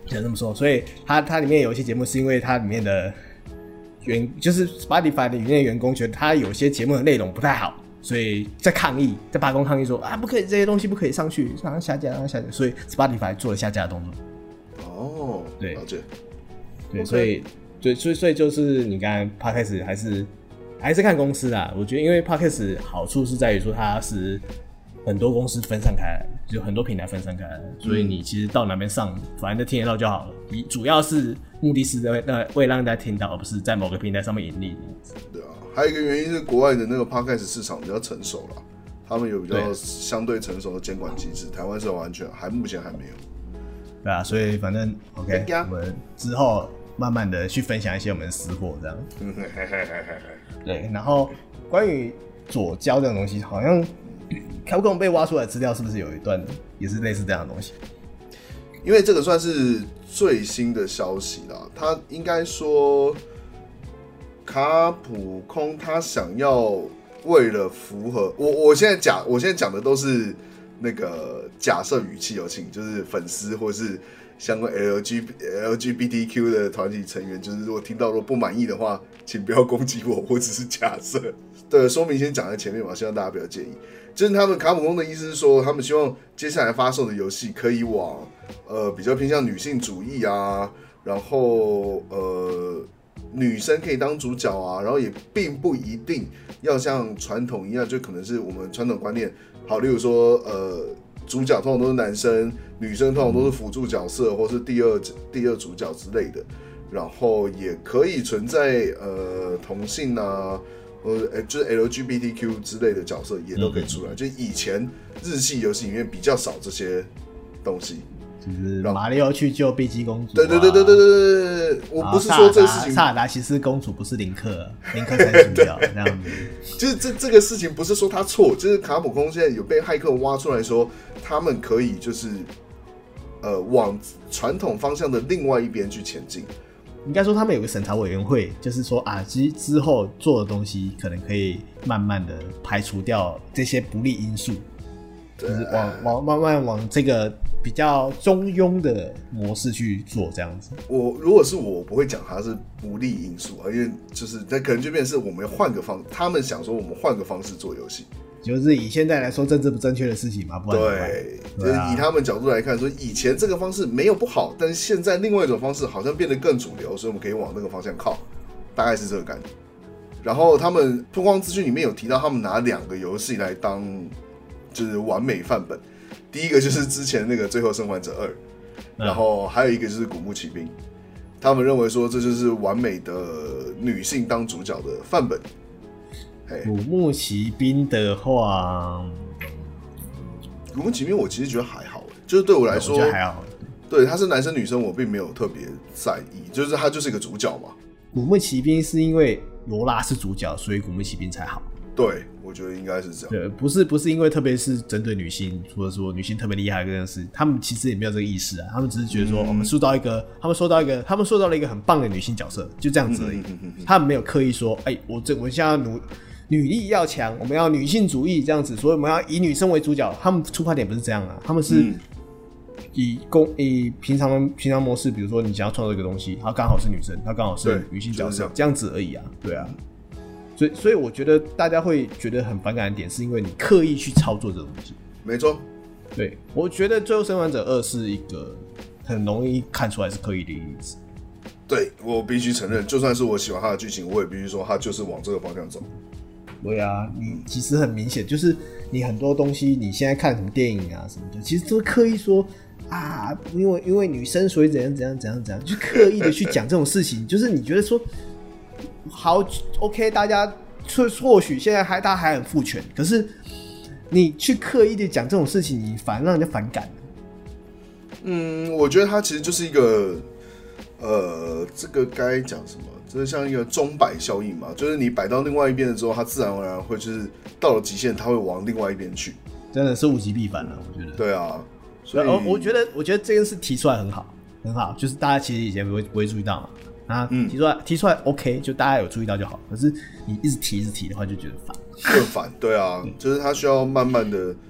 只能这么说。所以它它里面有一些节目是因为它里面的员就是 Spotify 的里面的员工觉得它有些节目的内容不太好，所以在抗议，在罢工抗议说啊，不可以这些东西不可以上去，让它下架，让它下架。所以 Spotify 做了下架的动作。 哦， 对， 了解。 对， Okay. 所以，对，所以，所以就是你刚才 Podcast 还是还是看公司啦。我觉得，因为 Podcast 好处是在于说它是很多公司分散开来，就很多平台分散开来，所以你其实到哪边上，反正就听得到就好了。你主要是目的是为为让大家听到，而不是在某个平台上面盈利。 对啊，还有一个原因是国外的那个 Podcast 市场比较成熟了，他们有比较相对成熟的监管机制，台湾是完全还目前还没有。 对啊，所以反正 OK， 我们之后慢慢的去分享一些我们的私货，这样。对，然后关于左交这种东西，好像 Capcom 被挖出来的资料是不是有一段也是类似这样的东西？ 因为这个算是最新的消息啦，他应该说卡普空他想要为了符合我，我现在讲，我现在讲的都是那个假设语气有请，就是粉丝或是相关 L G L G B T Q 的团体成员，就是如果听到如果不满意的话，请不要攻击我，我只是假设。对，说明先讲在前面嘛，希望大家不要介意。就是他们卡普空的意思是说，他们希望接下来发售的游戏可以往呃比较偏向女性主义啊，然后呃女生可以当主角啊，然后也并不一定要像传统一样，就可能是我们传统观念，好，例如说呃主角通常都是男生，女生通常都是辅助角色或是第二第二主角之类的，然后也可以存在呃同性啊。呃，就是 L G B T Q 之类的角色也都可以出来，嗯、就以前日系游戏里面比较少这些东西， 就是马里奥去救碧姬公主、啊， 对对对对对对对，我不是说这个事情， 萨尔达其实公主不是林克，林克才是主角这样子， 就是这这个事情不是说他错，就是卡普空现在有被骇客挖出来说，他们可以就是呃往传统方向的另外一边去前进。 应该说他们有个审查委员会，就是说啊，之之后做的东西可能可以慢慢的排除掉这些不利因素，就是往往慢慢往这个比较中庸的模式去做这样子。 我如果是我，我不会讲它是不利因素啊，因为就是那可能就变成是我们换个方，他们想说我们换个方式做游戏。 就是以现在来说政治不正确的事情嘛，不然对，就是以他们角度来看，说以前这个方式没有不好，但是现在另外一种方式好像变得更主流，所以我们可以往那个方向靠，大概是这个感觉。然后他们曝光资讯里面有提到，他们拿两个游戏来当就是完美范本，第一个就是之前那个《最后生还者二》，然后还有一个就是《古墓奇兵》，他们认为说这就是完美的女性当主角的范本。 古墓奇兵的话， 古墓奇兵我其实觉得还好，就是对我来说， 我觉得还好。 对，他是男生女生，我并没有特别在意，就是他就是一个主角嘛。 古墓奇兵是因为罗拉是主角，所以古墓奇兵才好。 对，我觉得应该是这样。 对，不是不是因为特别是针对女性，或者说女性特别厉害这件事，他们其实也没有这个意识啊，他们只是觉得说，我们塑造一个，他们塑造一个，他们塑造了一个很棒的女性角色，就这样子而已。嗯嗯嗯嗯、他们没有刻意说，哎、欸，我这我现在要努。女力要强，我们要女性主义这样子，所以我们要以女生为主角。他们出发点不是这样啊，他们是以公以平常平常模式，比如说你想要创造一个东西，它刚好是女生，它刚好是女性角色，就是这样子而已啊，对啊。所以所以我觉得大家会觉得很反感的点，是因为你刻意去操作这种东西。 没错， 对，我觉得《最后生还者二》是一个很容易看出来是刻意的例子。 对，我必须承认，就算是我喜欢它的剧情，我也必须说它就是往这个方向走。 对啊，你其实很明显，就是你很多东西，你现在看什么电影啊什么的，其实都是刻意说啊，因为因为女生所以怎样怎样怎样怎样，就刻意的去讲这种事情，就是你觉得说好 OK， 大家或许现在还大家还很父权，可是你去刻意的讲这种事情，你反而让人家反感。 嗯，我觉得它其实就是一个，呃，这个该讲什么？这像一个钟摆效应嘛，就是你摆到另外一边的时候，它自然而然会就是到了极限，它会往另外一边去。 真的是物极必反了，我觉得。 对啊，所以我觉得，我觉得这件事提出来很好，很好，就是大家其实以前不会不会注意到嘛，啊，提出来、嗯、提出来 OK， 就大家有注意到就好。可是你一直提一直提的话，就觉得烦， 更烦。对啊，就是它需要慢慢的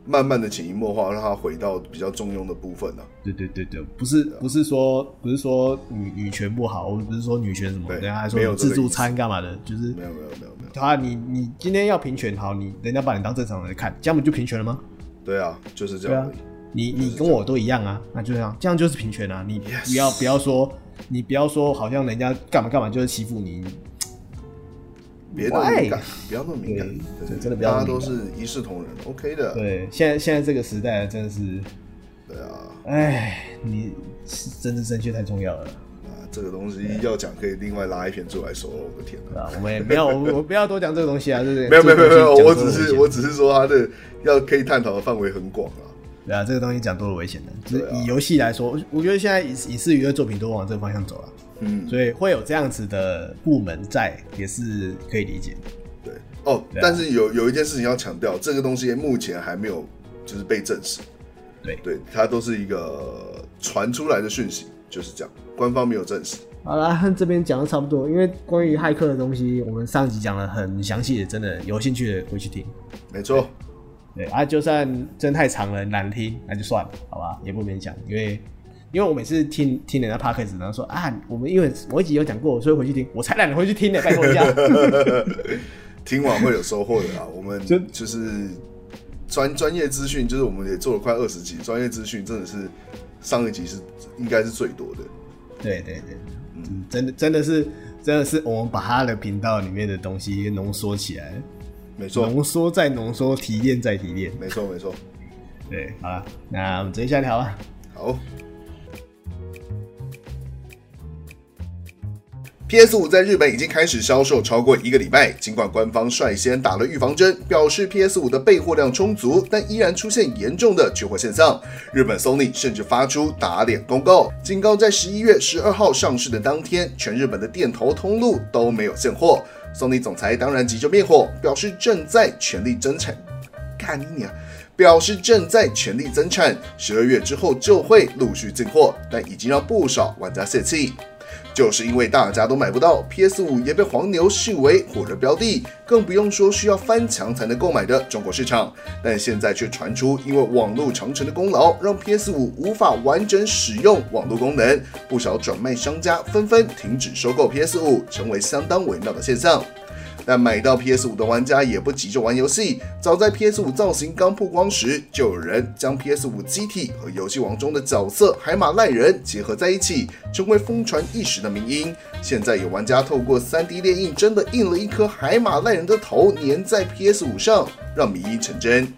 慢慢的潜移默化，让它回到比较中庸的部分呢、啊。 对对对对，不是不是说不是说女女权不好，或者不是说女权什么，人家还说自助餐干嘛的，就是没有没有没有没有。 他你你今天要平权，好，你人家把你当正常人看，这样不就平权了吗？ 对啊，就是这样而已。 你你跟我都一样啊，那就这样，这样就是平权啊！你不要、yes. 不要说，你不要说，好像人家干嘛干嘛就是欺负你， 别那么敏感，不要那么敏感，对对真的不要那么敏感。 大家都是一视同仁 ，OK 的。 对，现在现在这个时代真的是， 对啊， 哎，你政治正确太重要了。 啊，这个东西要讲可以另外拉一篇出来说，我的天哪！ 啊，我们也不要，我我不要多讲这个东西啊，对不对？ 没有没有没有没有，我只是我只是说它的要可以探讨的范围很广啊。 对啊，这个东西讲多了危险的。就是以游戏来说，我觉得现在影影视娱乐作品都往这个方向走了，嗯，所以会有这样子的部门在，也是可以理解。 对哦，对啊、但是有有一件事情要强调，这个东西目前还没有就是被证实。 对对，它都是一个传出来的讯息，就是这样，官方没有证实。 好啦，这边讲的差不多，因为关于骇客的东西，我们上集讲的很详细的，真的有兴趣的回去听。 没错。 对啊，就算真太长了难听，那就算了，好吧，也不勉强，因为因为我每次听听人家 podcast， 然后说啊，我们因为某一集有讲过，所以回去听，我才懒得回去听呢，拜托一下。 听完会有收获的啦，我们就就是专专业资讯，就是我们也做了快二十集，专业资讯真的是上一集是应该是最多的。 对对对，嗯，真的真的是真的是我们把他的频道里面的东西浓缩起来。 没错， 浓缩再浓缩，提炼再提炼。 没错，没错。 对，好了，那我们直接下条吧。 好。P S 五 在日本已经开始销售超过一个礼拜，尽管官方率先打了预防针，表示 P S 五 的备货量充足，但依然出现严重的缺货现象。日本 Sony 甚至发出打脸公告，警告在十一月十二号上市的当天，全日本的店头通路都没有现货。Sony 总裁当然急着灭火，表示正在全力增产。干你娘！表示正在全力增产，十二月之后就会陆续进货，但已经让不少玩家泄气。就是因为大家都买不到 ，P S 五 也被黄牛视为火热标的，更不用说需要翻墙才能购买的中国市场。但现在却传出，因为网络长城的功劳，让 P S 五 无法完整使用网络功能，不少转卖商家纷纷停止收购 P S 五，成为相当微妙的现象。但买到 P S 五 的玩家也不急着玩游戏，早在 P S 五 造型刚曝光时，就有人将 P S 五 机体和游戏王中的角色海马赖人结合在一起，成为疯传一时的迷因。现在有玩家透过 三 D 列印，真的印了一颗海马赖人的头粘在 P S 五 上，让迷因成真。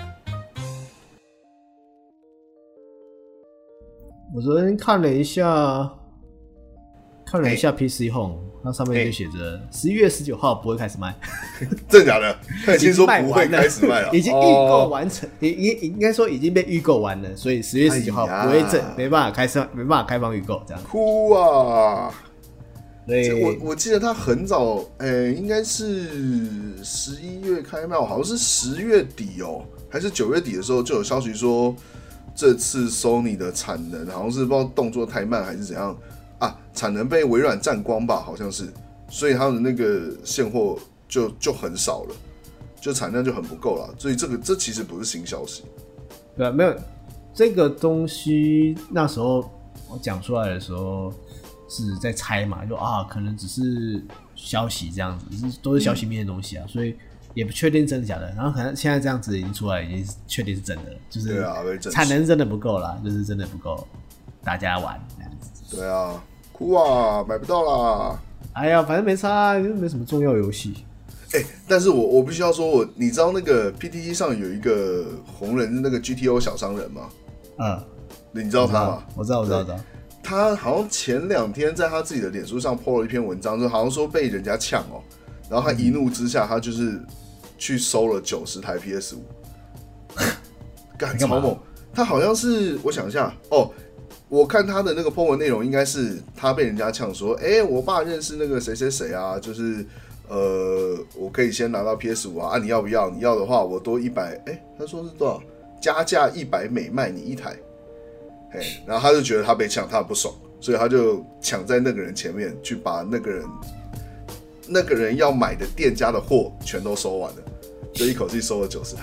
我昨天看了一下，看了一下 P C Home， 那上面就写着十一月十九号不会开始卖， 真的假的？他已经说不会开始卖了， 已经预购完成，应、哦、应该说已经被预购完了，所以十月十九号不会正、哎，没办法开放，没办法开放预购，这样。 哭啊！ 对， 我我记得他很早，哎、欸，应该是十一月开卖，好像是十月底哦，还是九月底的时候就有消息说，这次 Sony 的产能好像是不知道动作太慢还是怎样啊，产能被微软占光吧，好像是，所以他的那个现货就就很少了，就产量就很不够了，所以这个这其实不是新消息。 对啊，没有这个东西，那时候我讲出来的时候是在猜嘛，就啊，可能只是消息这样子，都是消息面的东西啊，嗯、所以也不确定真的假的。然后可能现在这样子已经出来，已经确定是真的了，就是产能真的不够啦，就是真的不够大家玩这样子。 对啊，哭啊，买不到啦。 哎呀，反正没差、啊，又没什么重要游戏。 哎、欸，但是我我必须要说，我你知道那个 P T T 上有一个红人，那个 G T O 小商人吗？嗯，你知道他吗？ 我知道，我知道，我知道。 他好像前两天在他自己的脸书上 po 了一篇文章，就好像说被人家呛哦，然后他一怒之下，他就是去收了九十台 P S 五，干超猛！他好像是我想一下哦，我看他的那个 po 文内容，应该是他被人家呛说，哎、欸，我爸认识那个谁谁谁啊，就是呃，我可以先拿到 P S 五 啊，啊，你要不要？你要的话，我多一百，哎，他说是多少？加价一百美卖你一台。然后他就觉得他被抢，他很不爽，所以他就抢在那个人前面，去把那个人那个人要买的店家的货全都收完了，就一口气收了九十台。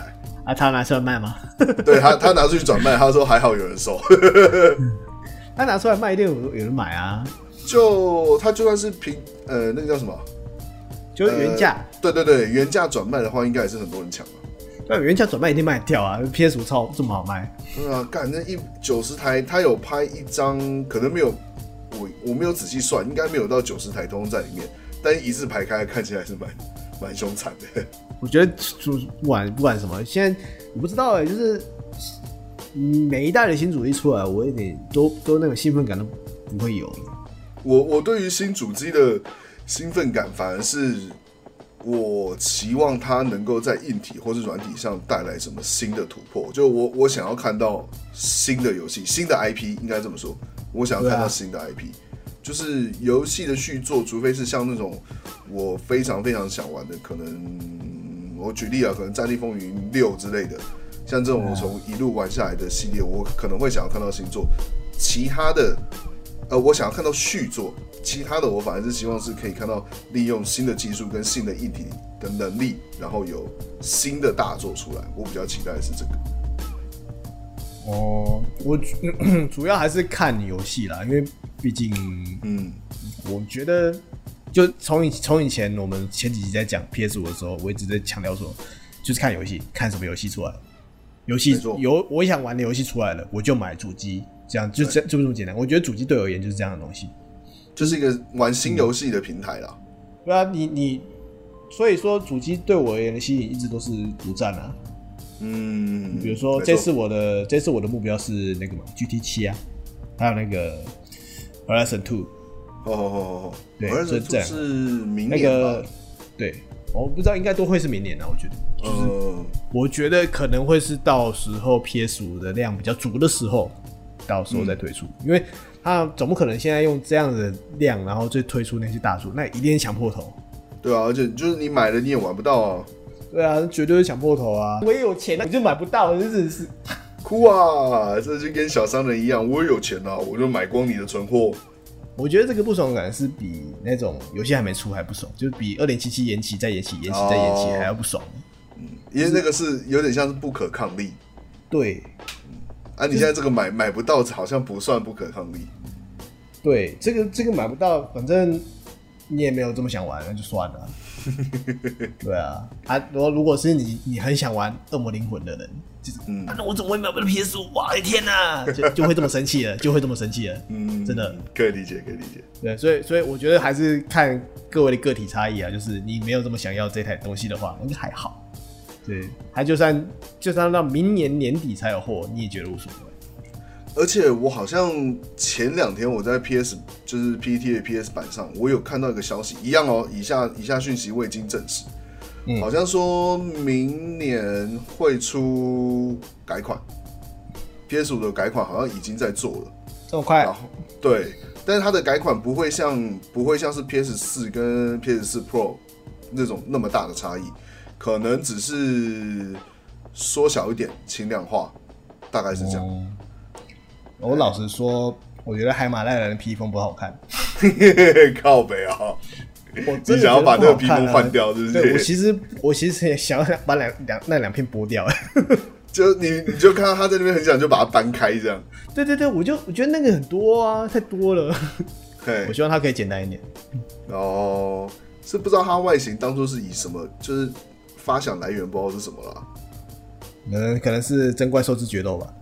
啊，他拿出来卖吗？ 对他，他拿出去转卖，他说还好有人收。 他拿出来卖一定有有人买啊。 就他就算是平呃那个叫什么， 就是原价、 呃，对对对，原价转卖的话，应该也是很多人抢啊。 对，原价转卖一定卖得掉啊 ！P S 五 超这么好卖。 对啊，干那一九十台，他有拍一张，可能没有我我没有仔细算，应该没有到九十台通通在里面，但一字排开看起来是蛮蛮凶残的。 我觉得不管不管什么，现在我不知道哎、欸，就是每一代的新主机出来，我有点都都那种兴奋感都不会有。 我我对于新主机的兴奋感，反而是我期望它能够在硬体或是软体上带来什么新的突破。就我我想要看到新的游戏、新的 I P， 应该这么说。我想要看到新的 I P，、啊、就是游戏的续作，除非是像那种我非常非常想玩的，可能我举例啊，可能《战地风云六》之类的，像这种我从一路玩下来的系列，我可能会想要看到新作。其他的。呃，我想要看到续作，其他的我反而是希望是可以看到利用新的技术跟新的硬体的能力，然后有新的大作出来。我比较期待的是这个。 哦，我主要还是看游戏啦，因为毕竟，嗯，我觉得就从以从以前我们前几集在讲 P S 五 的时候，我一直在强调说，就是看游戏，看什么游戏出来，游戏有我想玩的游戏出来了，我就买主机。这样就这就这么简单，我觉得主机对我而言就是这样的东西， 就是一个玩新游戏的平台啦。 对啊，你你所以说主机对我而言的吸引一直都是独占啊。嗯，比如说这次我的这次我的目标是那个嘛 G T 七啊，还有那个 Horizon 二。 哦哦哦哦， 对 ，Horizon 二是明年吧？ 那个对，我不知道应该都会是明年啊，我觉得。就是、呃、我觉得可能会是到时候 P S 五 的量比较足的时候。到时候再推出，嗯、因为他总不可能现在用这样的量，然后就推出那些大作，那一定抢破头。 对啊，而且就是你买了你也玩不到啊。 对啊，绝对是抢破头啊！我也有钱啊，你就买不到，真是是哭啊！这就跟小商人一样，我也有钱啊，我就买光你的存货。 我觉得这个不爽感是比那种游戏还没出还不爽，就是比二零七七延期再延期、延期再延期还要不爽。 嗯，因为那个是有点像是不可抗力。 对。 啊，你现在这个买买不到，好像不算不可抗力。 对，这个这个买不到，反正你也没有这么想玩，那就算了。对啊，啊，如果如果是你你很想玩《恶魔灵魂》的人，就是，嗯，啊、那我怎么会买不到 P S 五？哇，天哪，就就会这么生气了，就会这么生气了。嗯，真的可以理解，可以理解。 对，所以所以我觉得还是看各位的个体差异啊，就是你没有这么想要这台东西的话，那就还好。对，他就算就算到明年年底才有货，你也觉得无所谓。 而且我好像前两天我在 P S 就是 P T T 的 P S 版上，我有看到一个消息，一样哦，以下以下讯息未经证实，嗯、好像说明年会出改款 ，P S 五 的改款好像已经在做了， 这么快？ 对，但是它的改款不会像不会像是 P S 四 跟 P S 四 Pro 那种那么大的差异。可能只是缩小一点，轻量化，大概是这样。嗯、 我老实说，我觉得海马赖人的披风不好看。 靠北啊！ 我真的你想要把那个披风换掉，是不是？ 对，我其实我其实也想要把两两那两片剥掉。 就你你就看到他在那边很想就把它搬开这样。 对对对，我就我觉得那个很多啊，太多了。我希望它可以简单一点。 哦，是不知道它外形当初是以什么，就是。发想来源不知道是什么啦， 嗯，可能是真怪兽之决斗吧。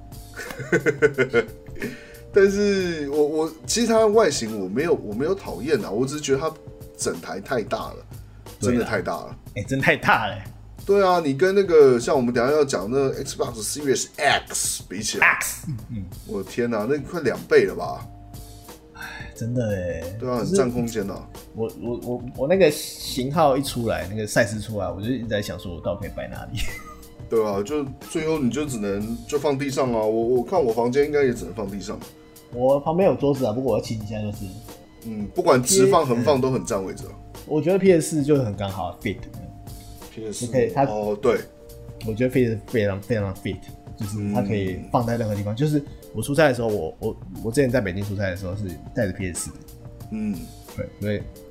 但是我我其实它的外形我没有我没有讨厌啊，我只是觉得它整台太大了，真的太大了， 哎、欸，真太大了、欸。 对啊，你跟那个像我们等一下要讲那 Xbox Series X 比起来 ，X， 嗯， 我的天哪、啊，那快两倍了吧？ 真的哎， 对啊，很占空间啊。 我我我我那个型号一出来，那个赛事出来，我就一直在想说，我到底可以摆哪里？ 对啊，就最后你就只能就放地上啊。我我看我房间应该也只能放地上。 我旁边有桌子啊，不过我要清一下就是。 嗯，不管直放横放都很占位置啊。 我觉得 P S 四 就很刚好 fit。P S 四可以，它哦对， 我觉得非常非常非常 fit， 就是它可以放在任何地方。嗯、就是我出差的时候，我我我之前在北京出差的时候是带着 P S 四。嗯，对，所以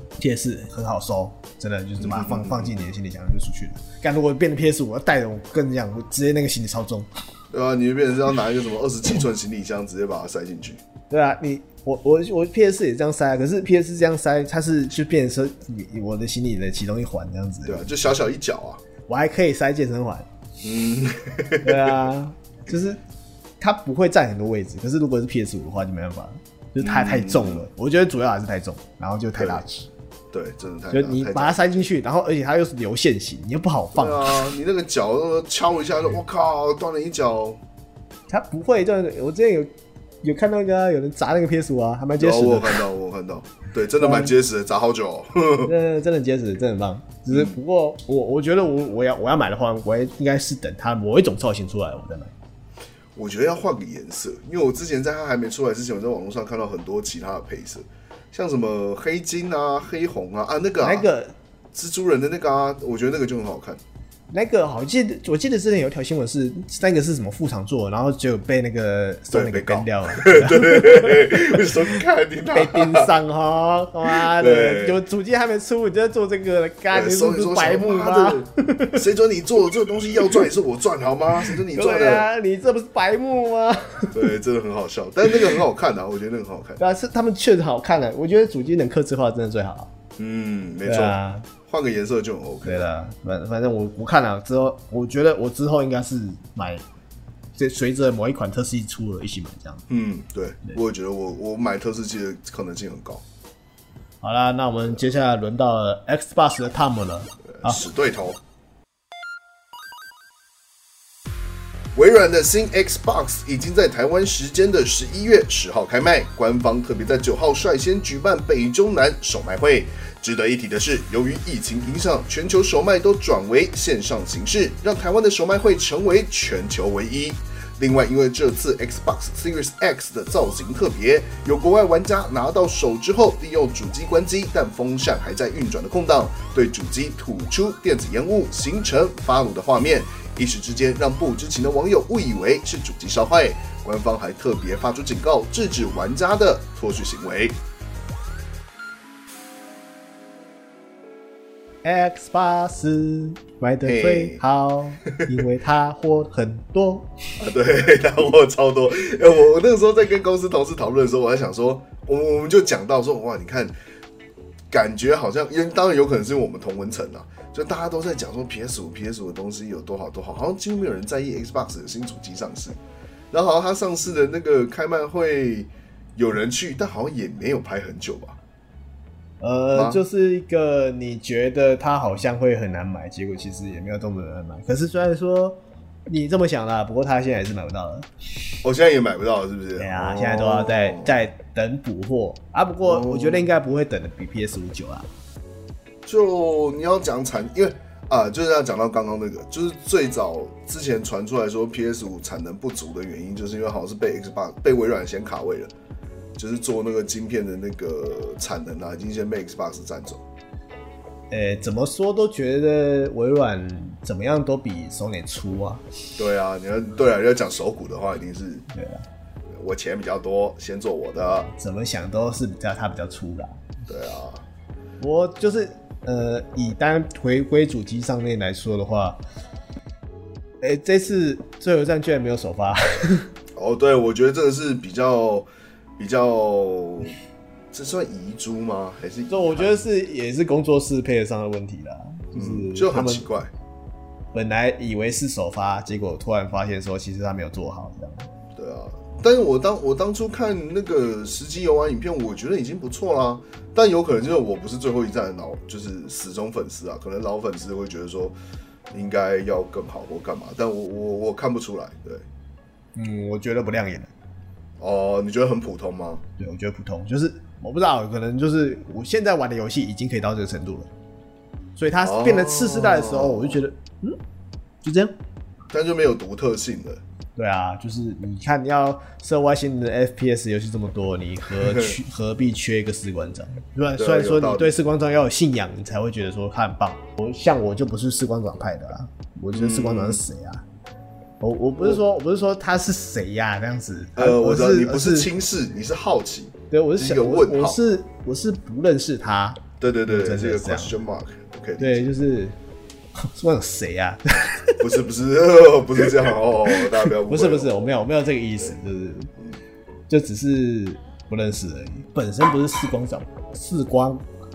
P S 四 很好收，真的就是把它放、嗯、放进你的行李箱就出去了。干如果变成 P S 五，我要带着我跟你讲，我直接那个行李超重。 对啊，你就变成是要拿一个什么二十七寸行李箱，直接把它塞进去。 对啊，你我我我 P S 四 也这样塞啊，可是 P S 四 这样塞，它是就变成说你我的行李的其中一环这样子。 对啊，就小小一角啊。 我还可以塞健身环。 嗯， 对啊，就是它不会占很多位置，可是如果是 P S 五 的话就没办法了，就是它太重了、嗯。我觉得主要还是太重，然后就太大只。 对，真的太大。 就你把它塞进去，然后而且它又是流线型，你又不好放。 对啊，你那个脚敲一下，我靠，断了一脚。 它不会，就我之前有有看到一个、啊、有人砸那个 P S 五 啊，还蛮结实的。 我有看到，我有看到，对，真的蛮结实的，砸好久、 哦。真的结实，真的很棒。只是不过我我觉得我我要我要买的话，我应该是等它某一种造型出来我再买。 我觉得要换个颜色，因为我之前在它还没出来之前，我在网络上看到很多其他的配色，像什么黑金啊、黑红啊啊那个啊那个蜘蛛人的那个啊，我觉得那个就很好看。 那个好记得，我记得之前有一条新闻是那个是什么副厂做，然后就被那个送那个干掉了。 对对对，我说看你被盯上哈，妈的，有主机还没出，你就在做这个，干你是不是白目吗？ 谁准你做这个东西要赚也是我赚好吗？谁准你赚的？ 对啊，你这不是白目吗？ 对，真的很好笑，但是那个很好看啊，我觉得那个很好看。 对啊，是他们确实好看的，我觉得主机能客制化真的最好。 嗯，没错。换个颜色就很 OK。 对啦，反反正我我看了之后，我觉得我之后应该是买，随着某一款特仕机出了一起买这样。 嗯，对，对我也觉得我我买特仕机的可能性很高。 好啦，那我们接下来轮到了 Xbox 的 Tom 了， 死对头。微软的新 Xbox 已经在台湾时间的十一月十号开卖，官方特别在九号率先举办北中南首卖会。值得一提的是，由于疫情影响，全球首卖都转为线上形式，让台湾的首卖会成为全球唯一。另外，因为这次 Xbox Series X 的造型特别，有国外玩家拿到手之后，利用主机关机但风扇还在运转的空档，对主机吐出电子烟雾，形成发炉的画面，一时之间让不知情的网友误以为是主机烧坏。官方还特别发出警告，制止玩家的脱序行为。 Xbox 卖得最好， hey. 因为它货很多。 啊、对，它货超多。我我那个时候在跟公司同事讨论的时候，我在想说，我们我们就讲到说，哇，你看，感觉好像，因为当然有可能是因为我们同温层啊，就大家都在讲说 P S 五 P S 五 的东西有多好多好，好像几乎没有人在意 Xbox 的新主机上市。然后好像它上市的那个开卖会有人去，但好像也没有排很久吧。 呃，就是一个你觉得它好像会很难买，结果其实也没有这么难买。可是虽然说你这么想啦，不过它现在也是买不到了。 我、哦、现在也买不到了，是不是？ 对啊，哦、现在都要在在等补货啊。不过我觉得应该不会等的比 P S 五 久啊。 就你要讲产，因为啊，就是要讲到刚刚那个，就是最早之前传出来说 P S 五 产能不足的原因，就是因为好像是被 Xbox 被微软先卡位了。就是做那个晶片的那个产能啊，已经先被 Xbox 占走。 欸，怎么说都觉得微软怎么样都比 Sony 粗啊。对啊，你要对啊，你要讲手骨的话，一定是对啊， 我钱比较多，先做我的。怎么想都是比较他比较粗啦。 对啊， 我就是呃，以单回归主机上面来说的话，哎、欸，这次最后一站居然没有首发。 哦，对，我觉得这个是比较。比较，这算遗珠吗？还是？ 就我觉得是也是工作室配得上的问题啦，就是、 嗯、就很奇怪。 本来以为是首发，结果突然发现说其实他没有做好这样。 对啊，但是我当我当初看那个实际游玩影片，我觉得已经不错啦。但有可能就是我不是最后一站的老，就是死忠粉丝啊，可能老粉丝会觉得说应该要更好或干嘛，但我我我看不出来。对， 嗯，我觉得不亮眼。 哦，你觉得很普通吗？ 对，我觉得普通，就是我不知道，可能就是我现在玩的游戏已经可以到这个程度了，所以它变成次世代的时候，我就觉得，嗯，就这样， 但就没有独特性了。 对啊，就是你看要设外星人的 F P S 游戏这么多，你何何必缺一个士官长？虽然虽然说你对士官长要有信仰，你才会觉得说他很棒。我像我就不是士官长派的啦，我觉得士官长是谁啊？嗯我我不是说，我不是说他是谁呀、啊，这样子。 呃，我知道你不是轻视，你是好奇。 对，我是一个问号。 我是我是不认识他， 对对对， 真的这个是这样 question mark， OK， 对，就是说有谁啊？ 不是不是不是这样哦，大家不要误会、哦。 不是不是，我没有我没有这个意思，就是就只是不认识而已，本身不是士官长，士官，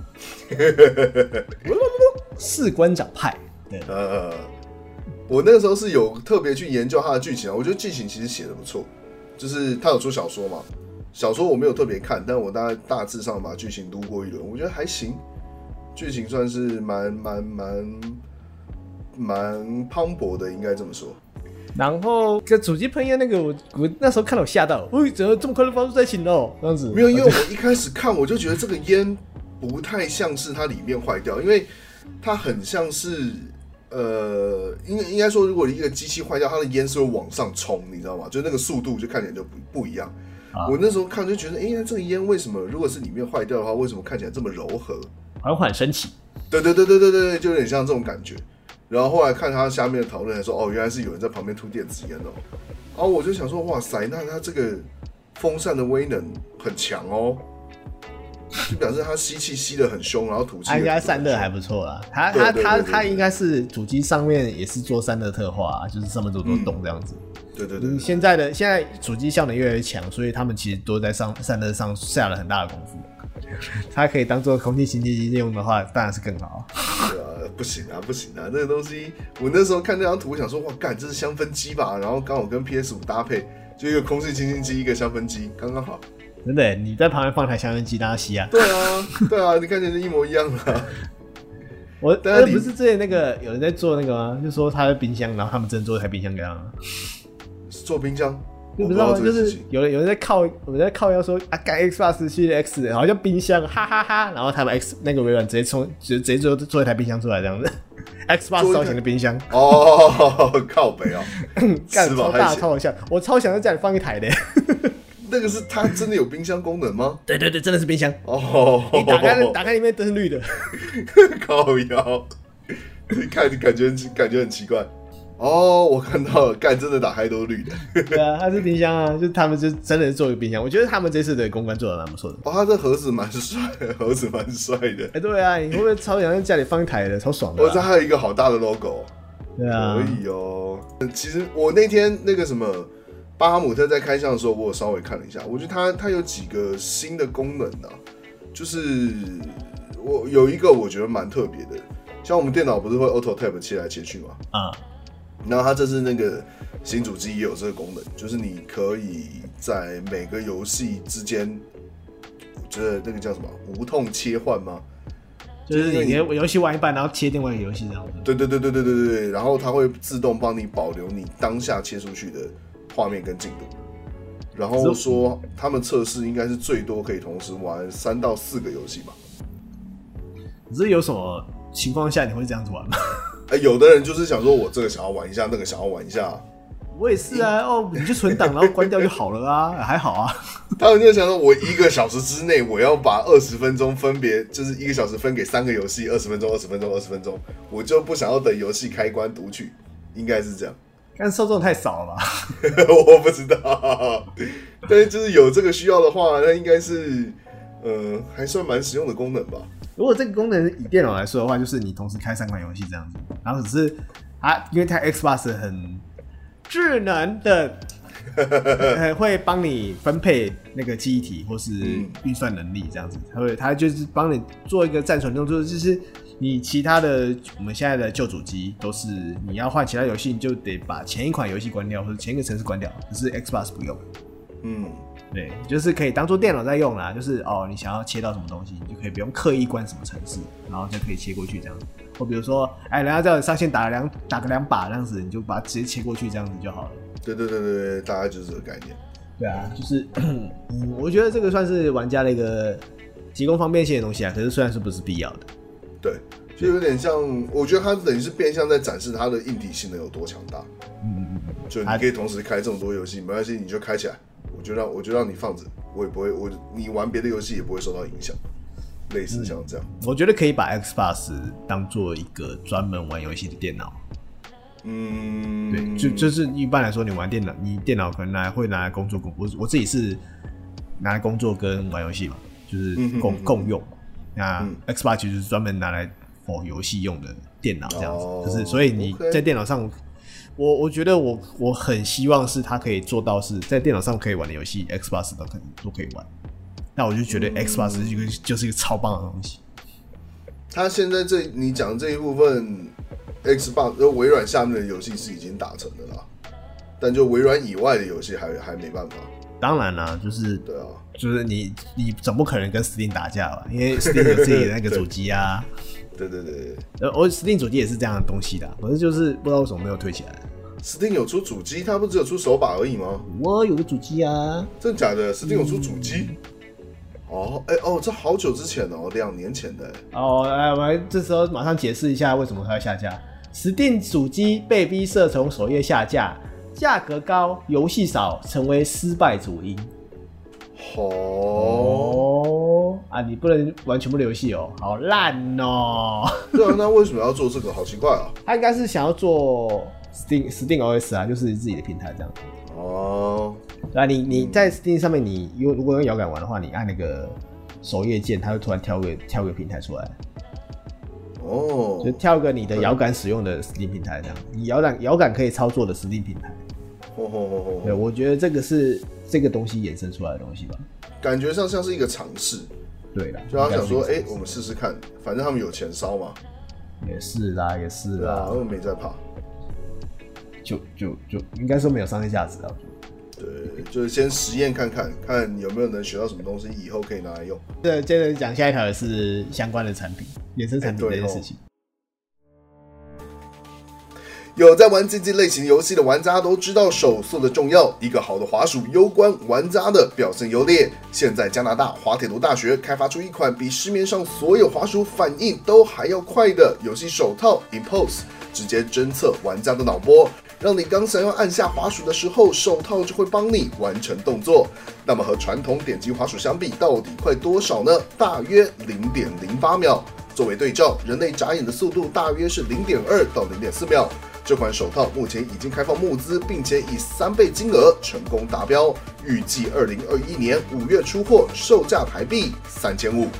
士官长派。对， 呃，我那个时候是有特别去研究他的剧情啊，我觉得剧情其实写的不错，就是他有出小说嘛，小说我没有特别看，但我大概大致上把剧情读过一轮，我觉得还行，剧情算是蛮蛮蛮。蛮磅礴的，应该这么说。 然后跟主机喷烟那个我，我那时候看到我吓到，喂，怎么这么快就发出灾情了？这样子没有，因为我一开始看我就觉得这个烟不太像是它里面坏掉，因为它很像是呃，应应该说，如果一个机器坏掉，它的烟是会往上冲，你知道吗？就那个速度就看起来就不不一样。啊、我那时候看就觉得，哎、欸，这个烟为什么如果是里面坏掉的话，为什么看起来这么柔和， 缓缓升起？ 对对对对对对，就有点像这种感觉。然后后来看他下面的讨论，说哦，原来是有人在旁边吐电子烟哦。然后我就想说，哇塞，那他这个风扇的威能很强哦，就表示他吸气吸得很凶，然后吐气他应该散热还不错啦。他他他他应该是主机上面也是做散热特化、啊，就是上面做多动这样子。 嗯、对对 对, 對。 现在的现在主机效能越来越强，所以他们其实都在上散热上下了很大的功夫。它可以当做空气清洁机用的话，当然是更好。 对啊，不行啊，不行啊！那个东西，我那时候看那张图，我想说，哇，干，这是香氛机吧？然后刚好跟 P S 五 搭配，就一个空气清新机，一个香氛机，刚刚好。 真的，你在旁边放台香氛机，让它吸啊？ 对啊，对啊，你看起来是一模一样的、啊。 我但不是之前那个有人在做那个吗？就说他的冰箱，然后他们真的做一台冰箱给他吗？ 做冰箱。 你不知道吗？就是有人有人在靠，有人在靠腰说啊，改 Xbox 系列 X， 好像冰箱，哈哈哈哈。然后他们 X 那个微软直接冲，直接做做一台冰箱出来这样子 ，Xbox 造型的冰箱。 哦，靠北哦， 干超大超好笑，我超想在家里放一台的。 那个是它真的有冰箱功能吗？ 对对对，真的是冰箱。 哦， 你打开打开里面都是绿的。 靠腰，你看你感觉感觉很奇怪。哦，我看到了，干真的打开都是绿的。 对啊，它是冰箱啊，就他们就真的是做一个冰箱。我觉得他们这次的公关做的蛮不错的。 哦，它这盒子蛮帅的，盒子蛮帅的。 哎、欸，对啊，你会不会超想在家里放一台的，超爽的、啊？ 哦，这还有一个好大的 logo。 对啊， 可以哦。其实我那天那个什么巴哈姆特在开箱的时候，我有稍微看了一下，我觉得它它有几个新的功能啊，就是我有一个我觉得蛮特别的，像我们电脑不是会 auto tab 切来切去吗？啊。然后它这次那个新主机也有这个功能，就是你可以在每个游戏之间，我觉得那个叫什么无痛切换吗？ 就是你的游戏玩一半，然后切另外一个游戏这样子。 对对对对对对对，然后它会自动帮你保留你当下切出去的画面跟进度。然后说他们测试应该是最多可以同时玩三到四个游戏吧。 可是有什么情况下你会这样子玩吗？ 欸、有的人就是想说，我这个想要玩一下，那个想要玩一下。 我也是啊，哦，你就存档，然后关掉就好了啊，还好啊。 他们就想说，我一个小时之内，我要把二十分钟分别，就是一个小时分给三个游戏，二十分钟，二十分钟，二十分钟，我就不想要等游戏开关读取，应该是这样。 但受众太少了吧？ 我不知道，但是就是有这个需要的话，那应该是呃还算蛮实用的功能吧。 如果这个功能以电脑来说的话，就是你同时开三款游戏这样子，然后只是它因为它 Xbox 很智能的，会帮你分配那个记忆体或是预算能力这样子，它会它就是帮你做一个暂存动作，就是你其他的我们现在的旧主机都是你要换其他游戏，你就得把前一款游戏关掉或者前一个程式关掉，可是 Xbox 不用。嗯。对，就是可以当做电脑在用啦，就是哦，你想要切到什么东西，你就可以不用刻意关什么程式，然后就可以切过去这样子。或比如说，哎，人家叫你上线打两打个两把这样子，你就把它直接切过去这样子就好了。 对对对对，大概就是这个概念。 对啊，就是嗯，我觉得这个算是玩家的一个提供方便性的东西啊，可是虽然是不是必要的。 对，就有点像，我觉得它等于是变相在展示它的硬体性能有多强大。嗯嗯嗯，就你可以同时开这么多游戏，没关系，你就开起来。我就让我就让你放着，我也不会，我你玩别的游戏也不会受到影响，类似像这样。 嗯、我觉得可以把 Xbox 当做一个专门玩游戏的电脑。嗯，对，就就是一般来说，你玩电脑，你电脑可能拿会拿来工作，我我自己是拿来工作跟玩游戏嘛，就是共、嗯、共用。 那、 嗯、 Xbox 就是专门拿来 for 游戏用的电脑这样子， 哦、 就是所以你在电脑上， okay. 我我觉得我我很希望是它可以做到是在电脑上可以玩的游戏 ，Xbox 都可以都可以玩。那我就觉得 Xbox 这个就是一个超棒的东西。 它现在这你讲这一部分 ，Xbox 微软下面的游戏是已经达成的啦，但就微软以外的游戏还还没办法。 当然啦，就是对啊， 就是你你总不可能跟 Steam 打架吧？因为 Steam 有自己的那个主机啊。 对对对对， 呃，我 Steam 主机也是这样的东西的，可是就是不知道为什么没有推起来。 Steam 有出主机，它不只有出手把而已吗？ 我有个主机啊， 真的假的 ？Steam 有出主机？嗯、哦，哎、欸、哦，这好久之前哦，两年前的。 哦，来，我们这时候马上解释一下为什么它要下架。Steam 主机被逼设从首页下架，价格高，游戏少，成为失败主因。 哦。 哦啊，你不能玩全部的游戏哦，好烂哦。 对啊，那为什么要做这个？好奇怪啊！ 他应该是想要做 Steam Steam O S 啊，就是自己的平台这样。 哦。 对啊，你你在 Steam 上面，你如果用摇杆玩的话，你按那个首页键，它会突然跳个跳个平台出来。 哦。 就跳个你的摇杆使用的 Steam 平台这样，你摇杆摇杆可以操作的 Steam 平台。 哦哦哦哦。 对，我觉得这个是这个东西衍生出来的东西吧。 感觉上像是一个尝试。 对啦， 就他想说，哎、欸，我们试试看，反正他们有钱烧嘛。 也是啦，也是啦， 啊、他们没在怕。 就就就应该说没有商业价值啊。 对，就是先实验看看，看有没有能学到什么东西，以后可以拿来用。 对，接着讲下一条的是相关的产品，衍生产品这件事情。 有在玩竞技类型游戏的玩家都知道手速的重要，一个好的滑鼠攸关玩家的表现优劣。现在加拿大滑铁卢大学开发出一款比市面上所有滑鼠反应都还要快的游戏手套 Impulse， 直接侦测玩家的脑波，让你刚想要按下滑鼠的时候，手套就会帮你完成动作。那么和传统点击滑鼠相比，到底快多少呢？大约 零点零八秒。作为对照，人类眨眼的速度大约是 零点二到零点四秒。这款手套目前已经开放募资，并且以三倍金额成功达标，预计二零二一年五月出货，售价台币三千五。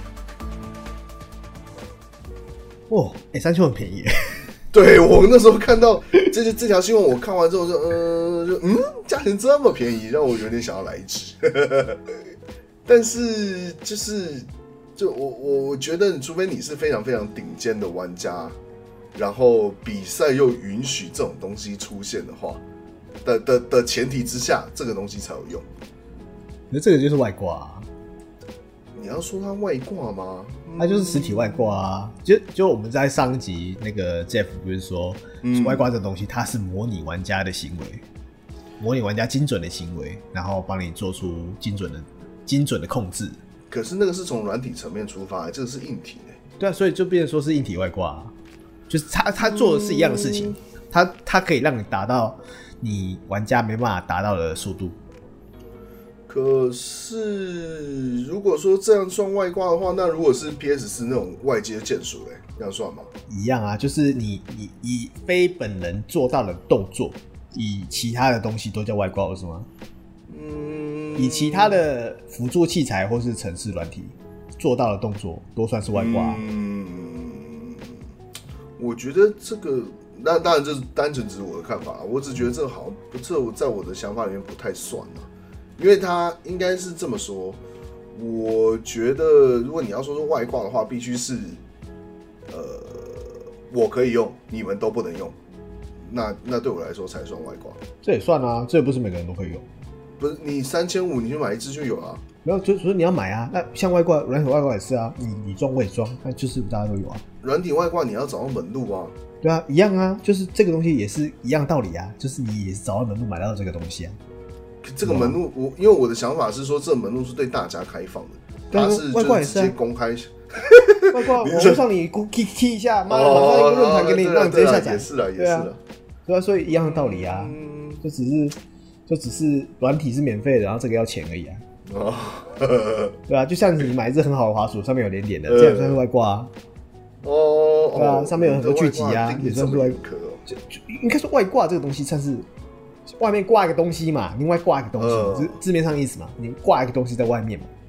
哇，哎、欸，三千很便宜。 对，我那时候看到这这条新闻，我看完之后就，呃，就嗯，价钱这么便宜，让我有点想要来一支。但是就是，就我我觉得，除非你是非常非常顶尖的玩家。然后比赛又允许这种东西出现的话的的的前提之下，这个东西才有用。 那这个就是外挂、啊。 你要说它外挂吗？ 它就是实体外挂啊。就就我们在上一集那个 Jeff 不是说，嗯、外挂这东西它是模拟玩家的行为，模拟玩家精准的行为，然后帮你做出精准的精准的控制。 可是那个是从软体层面出发，这个是硬体呢。 对啊，所以就变成说是硬体外挂、啊。就是他他做的是一样的事情，他他可以让你达到你玩家没办法达到的速度。 可是如果说这样算外挂的话，那如果是 P S 四 那种外接键鼠嘞，这样算吗？ 一样啊，就是你你以非本人做到的动作，以其他的东西都叫外挂，是吗？嗯，以其他的辅助器材或是程式软体做到的动作，都算是外挂、啊。嗯。 我觉得这个，那当然这是单纯只是我的看法，我只觉得这个好像不，这在我的想法里面不太算了，因为它应该是这么说。我觉得如果你要说是外挂的话，必须是，呃，我可以用，你们都不能用，那那对我来说才算外挂。 这也算啊，这也不是每个人都可以用。 不是你三千五，你去买一支就有了、啊。 没有，就是你要买啊。那像外挂，软体外挂也是啊，你你装我也装，那就是大家都有啊。 软体外挂你要找到门路啊。 对啊，一样啊，就是这个东西也是一样道理啊，就是你也是找到门路买到这个东西啊。 这个门路，我因为我的想法是说，这个门路是对大家开放的，它是就是直接公开。 外挂网络上你 key key 一下，妈的，马上一个论坛给你，让你直接下载。 也是啦，也是啦。 对啊，所以一样的道理啊，就只是就只是软体是免费的，然后这个要钱而已啊。哦，对啊，就像你买一支很好的滑鼠，上面有连点的，这样算是外挂啊。哦，对啊，上面有很多剧集啊，也算是外挂。就就应该说外挂这个东西算是外面挂一个东西嘛，另外挂一个东西，就是字面上的意思嘛，你挂一个东西在外面嘛，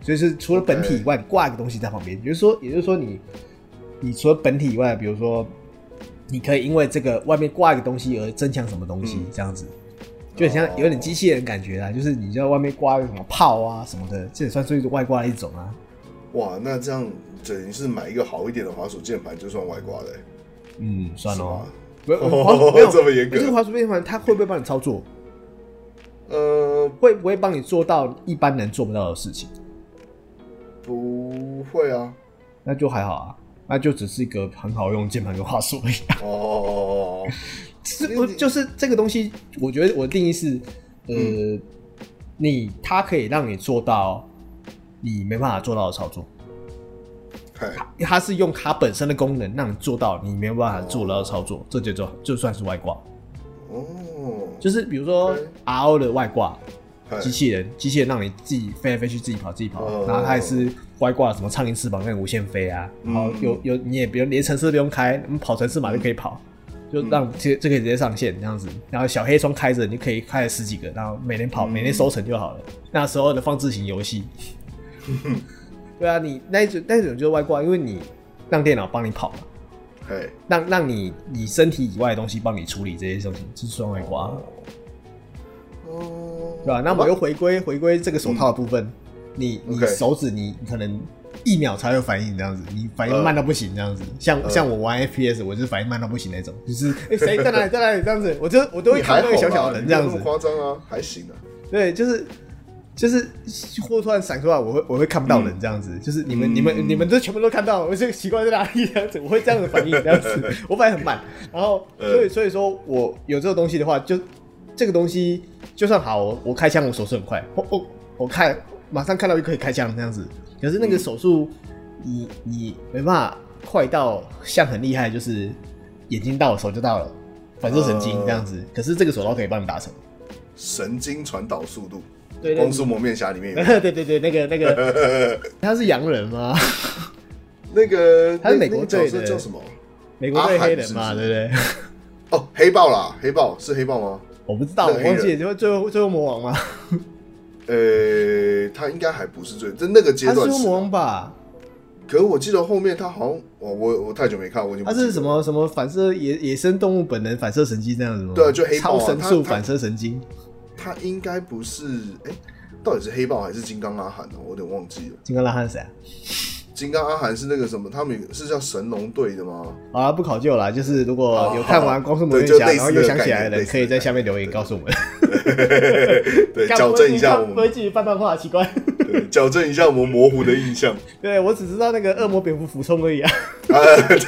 所以是除了本体以外，你挂一个东西在旁边，也就是说，也就是说你你除了本体以外，比如说你可以因为这个外面挂一个东西而增强什么东西，嗯、这样子，就很像有点机器人感觉啦，就是你在外面挂一个什么炮啊什么的，这也算是外挂的一种啊。 哇，那这样等于是买一个好一点的滑鼠键盘就算外挂的、欸。 嗯，算哦。 没有、哦、没有这么严格。 这个滑鼠键盘它会不会帮你操作？ 呃， 会不会帮你做到一般人做不到的事情？ 不会啊， 那就还好啊，那就只是一个很好用的键盘跟滑鼠而已、啊。 哦， 是就是這個東西，我覺得我的定義是，呃，嗯、你它可以讓你做到你沒辦法做到的操作。它是用它本身的功能讓你做到你沒有辦法做到的操作，哦、這就就就算是外掛。 哦， 就是比如說 R O 的外掛，機器人，機器人讓你自己飛來飛去，自己跑自己跑，哦、然後它也是外掛什麼蒼蠅翅膀那個無限飛啊，然後有有你也不用連程式都不用開，跑程式碼就可以跑。就讓就就可以直接上線這樣子，然後小黑窗開着，你就可以開了十幾個，然後每天跑，每天收成就好了。那時候的放置型遊戲，對啊，你那一種那一種就是外掛，因為你讓電腦幫你跑嘛，讓讓你你身體以外的東西幫你處理這些東西，就是算外掛。哦，對吧、啊？那我們又回歸回歸這個手套的部分，嗯、你你手指你可能。一秒才有反應這樣子，你反應慢到不行這樣子，呃、像、呃、像我玩 F P S， 我就是反應慢到不行那種，就是哎誰、欸、在哪裡在哪裡這樣子，我就我都會看那個小小的人這樣子， 沒那麼誇張啊，還行啊。 對，就是就是或突然閃出來，我會我會看不到人這樣子，嗯、就是你們、嗯、你們你們都全部都看到，我這個奇怪在哪裡這樣子，我會這樣的反應這樣子，我反應很慢，然後所以所以說我有這個東西的話，就這個東西就算好，我我開槍我手速很快，我我我看馬上看到就可以開槍這樣子。可是那個手速，你你沒辦法快到像很厲害，就是眼睛到了手就到了，反射神經這樣子。呃、可是這個手套可以幫你達成神經傳導速度。 對， 光速蒙面俠裡面有。 對對對，那個那個，他是洋人嗎？ 那個他是美國隊的， 那個、叫什麼？ 美國隊黑人嘛，是是對不對？ 哦，黑豹啦，黑豹是黑豹嗎？ 我不知道，我忘記了，就最後最後魔王嗎？ 呃、欸，他應該還不是最在那個階段， 他是魔王吧？ 可是我記得後面他好像，我我我太久沒看，我已經不記得了。他是什麼什麼反射野野生動物本能反射神經這樣子嗎？ 對，就黑豹、啊、 超神速反射神經。 他應該不是，哎、欸，到底是黑豹還是金剛阿含呢？我有點忘記了。 金剛阿含是誰啊？ 金剛阿含是那個什麼？他們是叫神龍隊的嗎？ 好啦，不考究啦，就是如果有看完《光速蒙面俠》然後又想起來的人，可以在下面留言告訴我們。 對，矯正一下我們。 不會自己翻漫畫，奇怪。 對，矯正一下我們模糊的印象。 對，我只知道那個惡魔蝙蝠俯衝而已啊。 啊，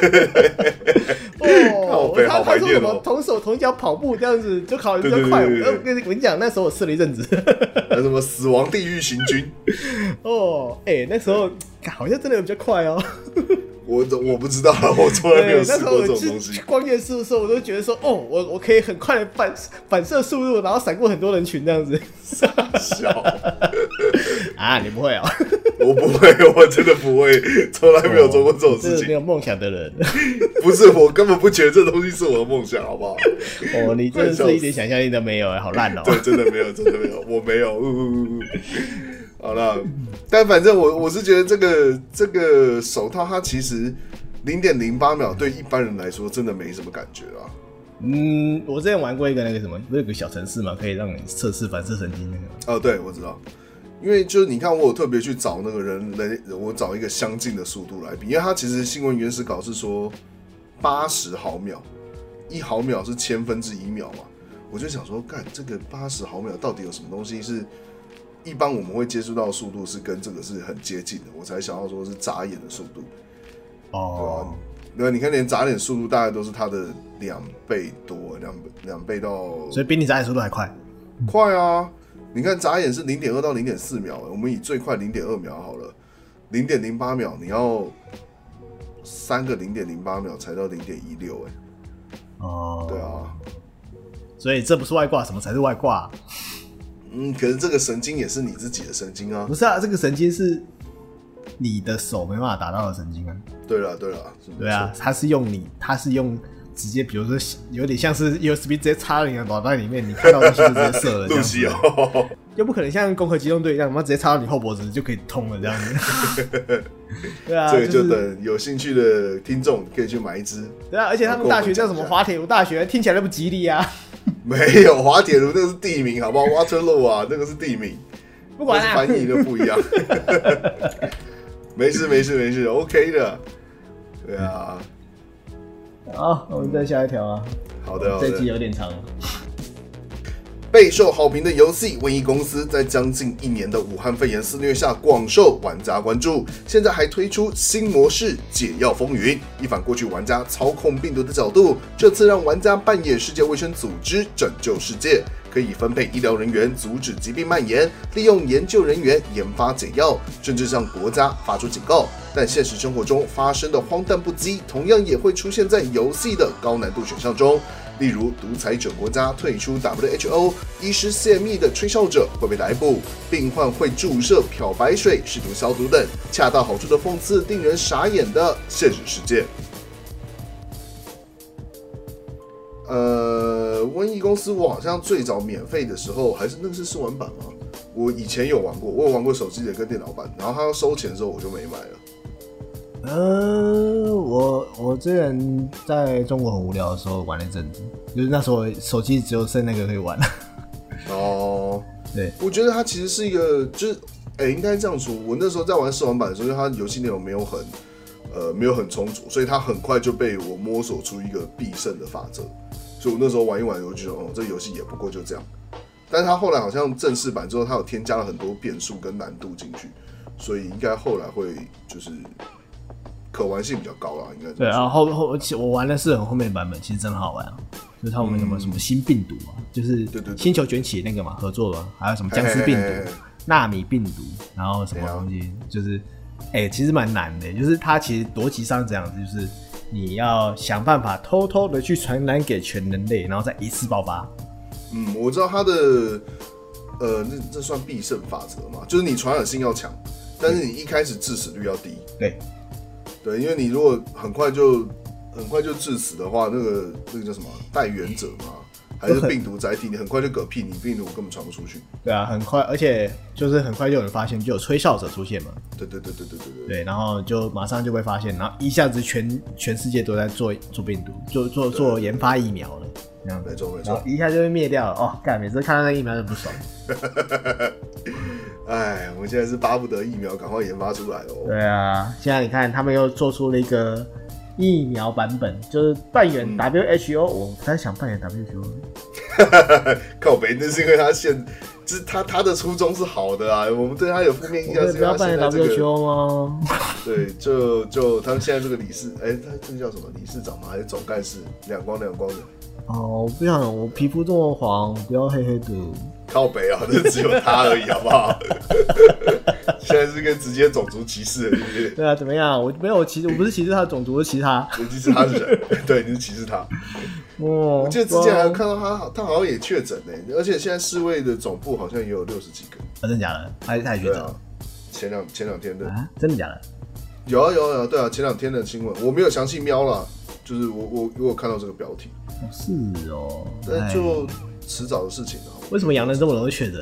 對。哦， 他他說什麼同手同腳跑步這樣子就跑得比較快。我跟你我跟你講，那時候我試了一陣子。 還有什麼死亡地獄行軍？ 哦，哎、欸，那時候好像真的有比較快哦。 我我不知道，我從來沒有試過這種東西。 光夜市的時候，我都覺得說，哦，我我可以很快的反反射速度，然後閃過很多人群這樣子。 笑啊，你不會啊？ 我不會，我真的不會，從來沒有做過這種事情。 哦、沒有夢想的人， 不是我根本不覺得這東西是我的夢想，好不好？ 哦，你真的是一點想象力都沒有哎，好爛哦。 對，真的沒有，真的沒有，我沒有。呃、好了，但反正我我是覺得這個這個手套它其實零點零八秒對一般人來說真的沒什麼感覺啊。 嗯，我之前玩過一個那個什麼，不是有個小程式嘛，可以讓你測試反射神經那個。 哦，對，我知道。因為就是你看，我有特別去找那個人人，我找一個相近的速度來比，因為它其實新聞原始稿是說八十毫秒，一毫秒是千分之一秒嘛，我就想說，幹這個八十毫秒到底有什麼東西是一般我們會接觸到的速度是跟這個是很接近的，我才想要說是眨眼的速度。哦，對吧？你看連眨眼速度大概都是它的兩倍多，兩兩倍到， 所以比你眨眼速度還快， 快啊！你看眨眼是零點二到零點四秒，我們以最快零點二秒好了，零點零八秒你要三個零點零八秒才到零點一六哎。哦，對啊， 所以這不是外掛，什麼才是外掛？ 嗯，可是這個神經也是你自己的神經啊。 不是啊，這個神經是你的手沒辦法達到的神經啊。 對啦對啦， 對啊，它是用你，它是用。直接，比如說有點像是 U S B 直接插到你的腦袋裡面，你看到東西就直接射了這樣子。 露西哦， 又不可能像攻壳机动队一样，他妈直接插到你后脖子就可以通了这样子。对啊， 这个就就是等有兴趣的听众可以去买一支。 对啊，而且他们大学叫什么滑铁卢大学，听起来都不吉利啊。 没有滑铁卢那个是地名，好不好 ？Waterloo 啊，那个是地名， 不管啦， 翻译都不一样。没事没事没事 ，OK 的。对啊。 好，我们再下一条啊。 好的，好的。 这集有点长。 备受好评的游戏瘟疫公司在将近一年的武汉肺炎肆虐下广受玩家关注，现在还推出新模式解药风云，一反过去玩家操控病毒的角度，这次让玩家扮演世界卫生组织拯救世界，可以分配医疗人员阻止疾病蔓延，利用研究人员研发解药，甚至向国家发出警告。但现实生活中发生的荒诞不羁，同样也会出现在游戏的高难度选项中。例如，独裁者国家退出 W H O， 医师泄密的吹哨者会被逮捕，病患会注射漂白水试图消毒等，恰到好处的讽刺令人傻眼的现实世界。呃，瘟疫公司我好像最早免费的时候，还是那个是试玩版吗？我以前有玩过，我有玩过手机的跟电脑版，然后他要收钱的时候我就没买了。 呃，我我之前在中国很无聊的时候玩了一阵子，就是那时候手机只有剩那个可以玩。 哦， 对， 我觉得它其实是一个，就是，哎、欸，应该这样说。我那时候在玩试玩版的时候，因为它游戏内容没有很，呃，没有很充足，所以它很快就被我摸索出一个必胜的法则。所以我那时候玩一玩，我就觉得，哦，这个游戏也不过就这样。但是它后来好像正式版之后，它有添加了很多变数跟难度进去，所以应该后来会就是可玩性比较高啦，应该。 对啊，后后我玩的是很后面的版本，其实真的好玩啊。就是它后面什么、嗯、什么新病毒啊，就是星球崛起那个嘛，合作嘛，还有什么僵尸病毒、纳米病毒，然后什么东西，就是哎、欸，其实蛮难的。就是它其实逻辑上这样子，就是你要想办法偷偷的去传染给全人类，然后再一次爆发。 嗯，我知道它的呃，这这算必胜法则嘛，就是你传染性要强，但是你一开始致死率要低。 对， 对，因为你如果很快就很快就致死的话，那个那个叫什么带源者嘛，还是病毒载体，你很快就嗝屁，你病毒根本传不出去。 对啊，很快，而且就是很快就有人发现，就有吹哨者出现嘛。 对对对对对对对。对，然后就马上就被发现，然后一下子全全世界都在做做病毒，做做做研发疫苗了。这样没错没错， 然后一下就被灭掉了哦！干，每次看到那疫苗就不爽。 哎，我们现在是巴不得疫苗赶快研发出来哦。 对啊，现在你看他们又做出了一个疫苗版本，就是扮演 W H O，、嗯、我不太想扮演 W H O。 靠北，那是因为他现，就是他他的初衷是好的啊，我们对他有负面印象，是因为他现在、这个、 不要扮演 W H O 吗？ 对，就就他们现在这个理事，哎、欸，他这个叫什么理事长吗？还是总干事？两光两光的。 哦，我不想，我皮肤这么黄，不要黑黑的。 靠北啊，这只有他而已，好不好？现在是个直接种族歧视了，对不对？ 对啊，怎么样？我没有歧视，我不是歧视他的种族，我是歧视他。 我歧视他是人，对，你是歧视他。哦，我记得之前还有看到他，他好像也确诊呢，而且现在世卫的总部好像也有六十几个。 啊，真的假的？他他也确诊？ 啊，前两前两天的啊，真的假的？ 有啊有啊有啊，对啊，前两天的新闻我没有详细瞄啦，就是我我我有看到这个标题。 哦是哦， 但就迟早的事情啊。 为什么洋人这么容易确诊？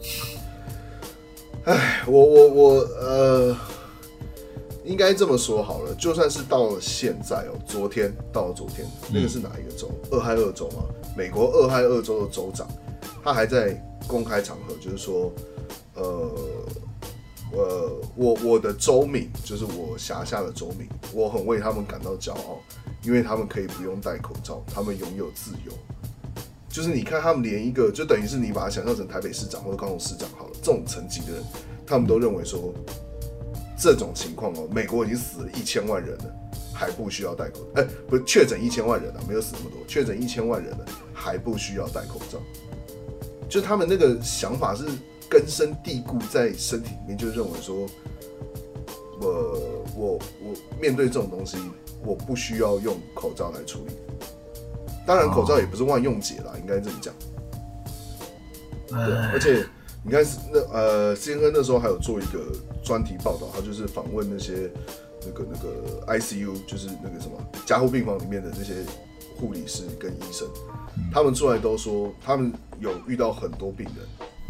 哎，我我我呃，应该这么说好了，就算是到了现在哦，昨天到了昨天，那个是哪一个州？俄亥俄州嘛，美国俄亥俄州的州长，他还在公开场合就是说，呃。呃，我我的州民就是我辖下的州民，我很为他们感到骄傲，因为他们可以不用戴口罩，他们拥有自由。就是你看，他们连一个就等于是你把它想象成台北市长或者高雄市长好了，这种层级的人，他们都认为说，这种情况哦，美国已经死了一千万人了，还不需要戴口罩，哎、欸，不是确诊一千万人啊，没有死那么多，确诊一千万人了，还不需要戴口罩，就他们那个想法是。根深蒂固在身体里面，就认为说，呃，我我面对这种东西，我不需要用口罩来处理。当然，口罩也不是万用解啦，应该这么讲。对，而且你看，那呃 ，C N N 那时候还有做一个专题报道，他就是访问那些那个那个 I C U， 就是那个什么加护病房里面的那些护理师跟医生，他们出来都说，他们有遇到很多病人。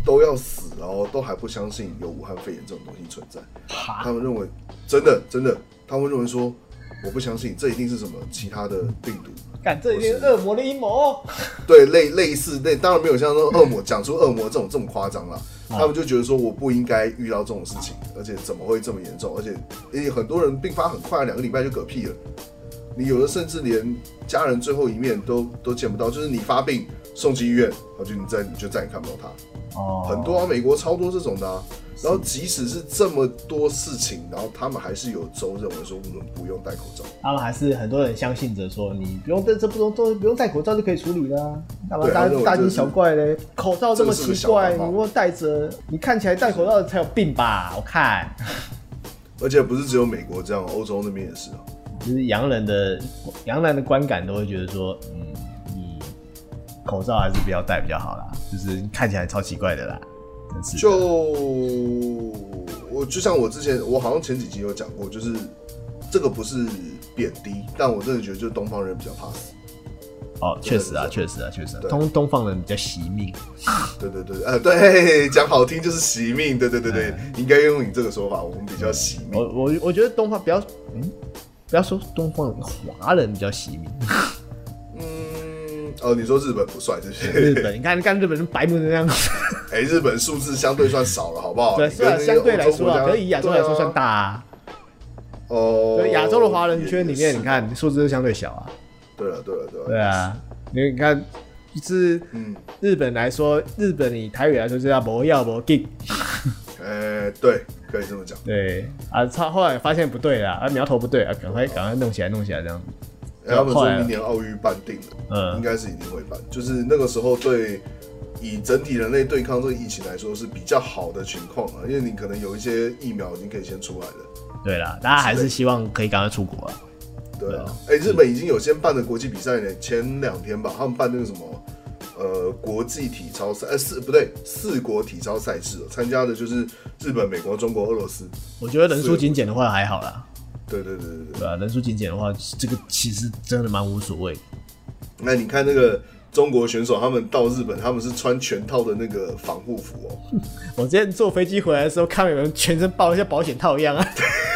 都要死了哦，都还不相信有武汉肺炎这种东西存在。他们认为真的真的，他们认为说我不相信，这一定是什么其他的病毒。 干，这一定是恶魔的阴谋。 对，类类似类，当然没有像说恶魔讲出恶魔这种这么夸张啦。他们就觉得说我不应该遇到这种事情，而且怎么会这么严重？而且诶，很多人病发很快，两个礼拜就嗝屁了。你有的甚至连家人最后一面都都见不到，就是你发病送去医院，然后就你再你就再也看不到他。 哦， 很多啊，美国超多这种的啊。然后即使是这么多事情，然后他们还是有州认为说我们不用戴口罩。 他们还是很多人相信着说，你不用这这不用都不用戴口罩就可以处理了，干嘛大大惊小怪嘞？口罩这么奇怪，你如果戴着，你看起来戴口罩才有病吧？我看。 而且不是只有美国这样，欧洲那边也是啊。 就是洋人的洋人的观感都会觉得说，嗯，你口罩还是不要戴比较好啦，就是看起来超奇怪的啦。 就我就像我之前，我好像前几集有讲过，就是这个不是贬低，但我真的觉得就是东方人比较怕死。 哦，确实啊，确实啊，确实、啊。东东方人比较惜命。 对对对，呃，对，讲好听就是惜命。对对对对，嗯、应该用你这个说法，我们比较惜命。 我我我觉得东方比较，嗯，不要说东方人，华人比较惜命。 哦，你说日本不帅，对不对？ 日本，你看，你看日本人白目的那样。 哎、欸，日本数字相对算少了，好不好？ 对，是啊，相对来说啊，可是以亚洲来说算大啊。 哦、啊， 亚洲的华人圈里面，你看数字相对小啊。 对了，对了，对了。 对啊，你看，是嗯，日本来说，日本以台语来说就叫不要不给。 呃，对，可以这么讲。 对啊，他后来发现不对啦，啊，苗头不对啊，赶快赶快弄起来，弄起来这样子。 欸、他们说明年奥运办定了，嗯，应该是一定会办。就是那个时候对以整体人类对抗这个疫情来说是比较好的情况啊，因为你可能有一些疫苗已经可以先出来了。 对啦，大家还是希望可以赶快出国啊。 对啊，哎、欸，日本已经有先办的国际比赛呢，前两天吧，他们办那个什么呃国际体操赛，呃四不对四国体操赛事，参加的就是日本、美国、中国、俄罗斯。 我觉得人数精简的话还好啦。 对对对对对， 对啊，人数精简的话，这个其实真的蛮无所谓。 那你看那个中国选手，他们到日本，他们是穿全套的那个防护服哦。 我之前坐飞机回来的时候，看到有人全身包得像保险套一样啊。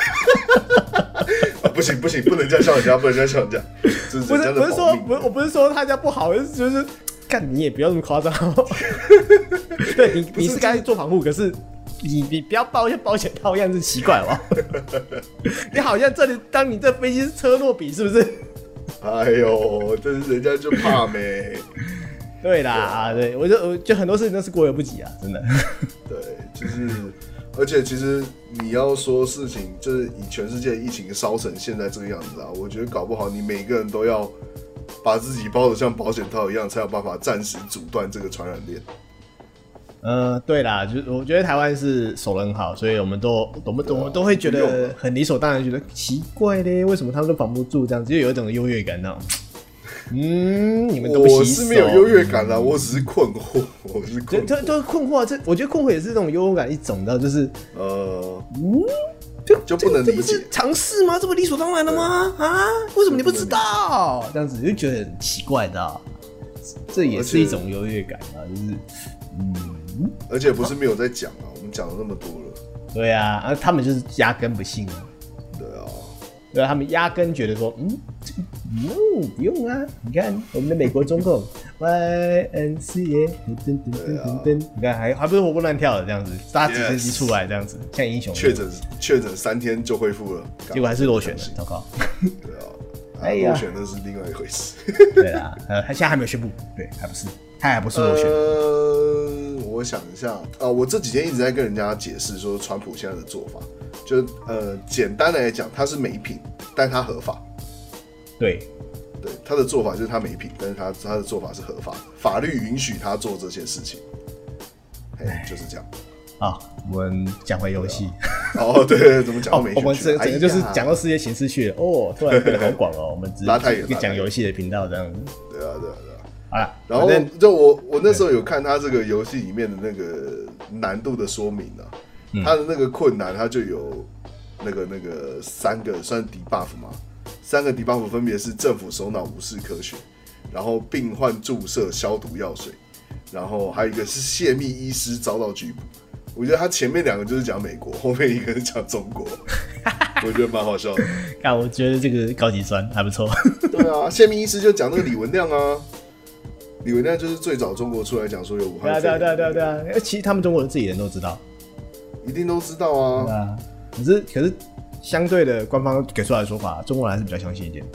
啊不行不行，不能这样笑人家，不能这样笑人家。这是不是不是说不是我不是说他家不好，就是干你也不要那么夸张。对你你是该做防护，可是。你你不要包像保险套一样，是奇怪好不好？你好像这里当你这飞机是车诺比是不是？ 哎呦，这是人家就怕没。 对啦，啊对，我就我就很多事情都是过犹不及啊，真的。 对，就是，而且其实你要说事情，就是以全世界疫情烧成现在这个样子啊，我觉得搞不好你每个人都要把自己包得像保险套一样，才有办法暂时阻断这个传染链。 呃，对啦，就我觉得台湾是守得很好，所以我们都我们、啊、我们都会觉得很理所当然，觉得奇怪嘞，为什么他们都防不住这样子，就有一种优越感那种。嗯，你们都不洗手。 我是没有优越感啦、啊，我只是困惑，我是困惑， 就就困惑、啊。这我觉得困惑也是这种优越感一种，你知道，就是呃， 嗯，就就不能理解尝试吗？这不理所当然的吗？啊，为什么你不知道？这样子就觉得很奇怪的、啊，这也是一种优越感啊，就是嗯。 而且不是没有在讲啊，我们讲了那么多了。 对啊，啊，他们就是压根不信啊。 对啊， 对啊，他们压根觉得说，嗯，嗯，不用啊。你看我们的美国中共 Y N C A， 噔噔噔噔噔，你看还还不是活蹦乱跳的这样子，搭直升机出来这样子， yes, 像英雄。 确诊确诊三天就恢复了， 结果还是落选了，糟糕。 对啊，哎呀，落选那是另外一回事。 对啊，呃，他现在还没有宣布，对，还不是，他还不是落选。 呃，我想一下啊，我这几天一直在跟人家解释说，川普现在的做法，就呃，简单来讲，他是没品，但他合法。 对， 对，他的做法就是他没品，但是他他的做法是合法，法律允许他做这些事情。哎，就是这样。 好，我们讲回游戏。 哦，对对，怎么讲到美学去、 哦？我们这整个就是讲到世界形势去了。哦，突然变得好广哦。我们只是一个讲游戏的频道这样子。 对啊，对啊，对啊。 啊， 然后就我我那时候有看他这个游戏里面的那个难度的说明啊，嗯、他的那个困难，他就有那个那个三个算是 debuff 嘛，三个 debuff 分别是政府首脑无视科学，然后病患注射消毒药水， 然后还有一个是泄密医师遭到拘捕。我觉得他前面两个就是讲美国，后面一个是讲中国，我觉得蛮好笑的。 看，我觉得这个高级酸还不错。 对啊，泄密医师就讲那个李文亮啊，李文亮就是最早中国出来讲说有武汉肺炎。 对啊，对啊，对啊，对啊，其实他们中国的自己人都知道， 一定都知道啊。 对啊，可是可是相对的官方给出来的说法，中国人还是比较相信一点。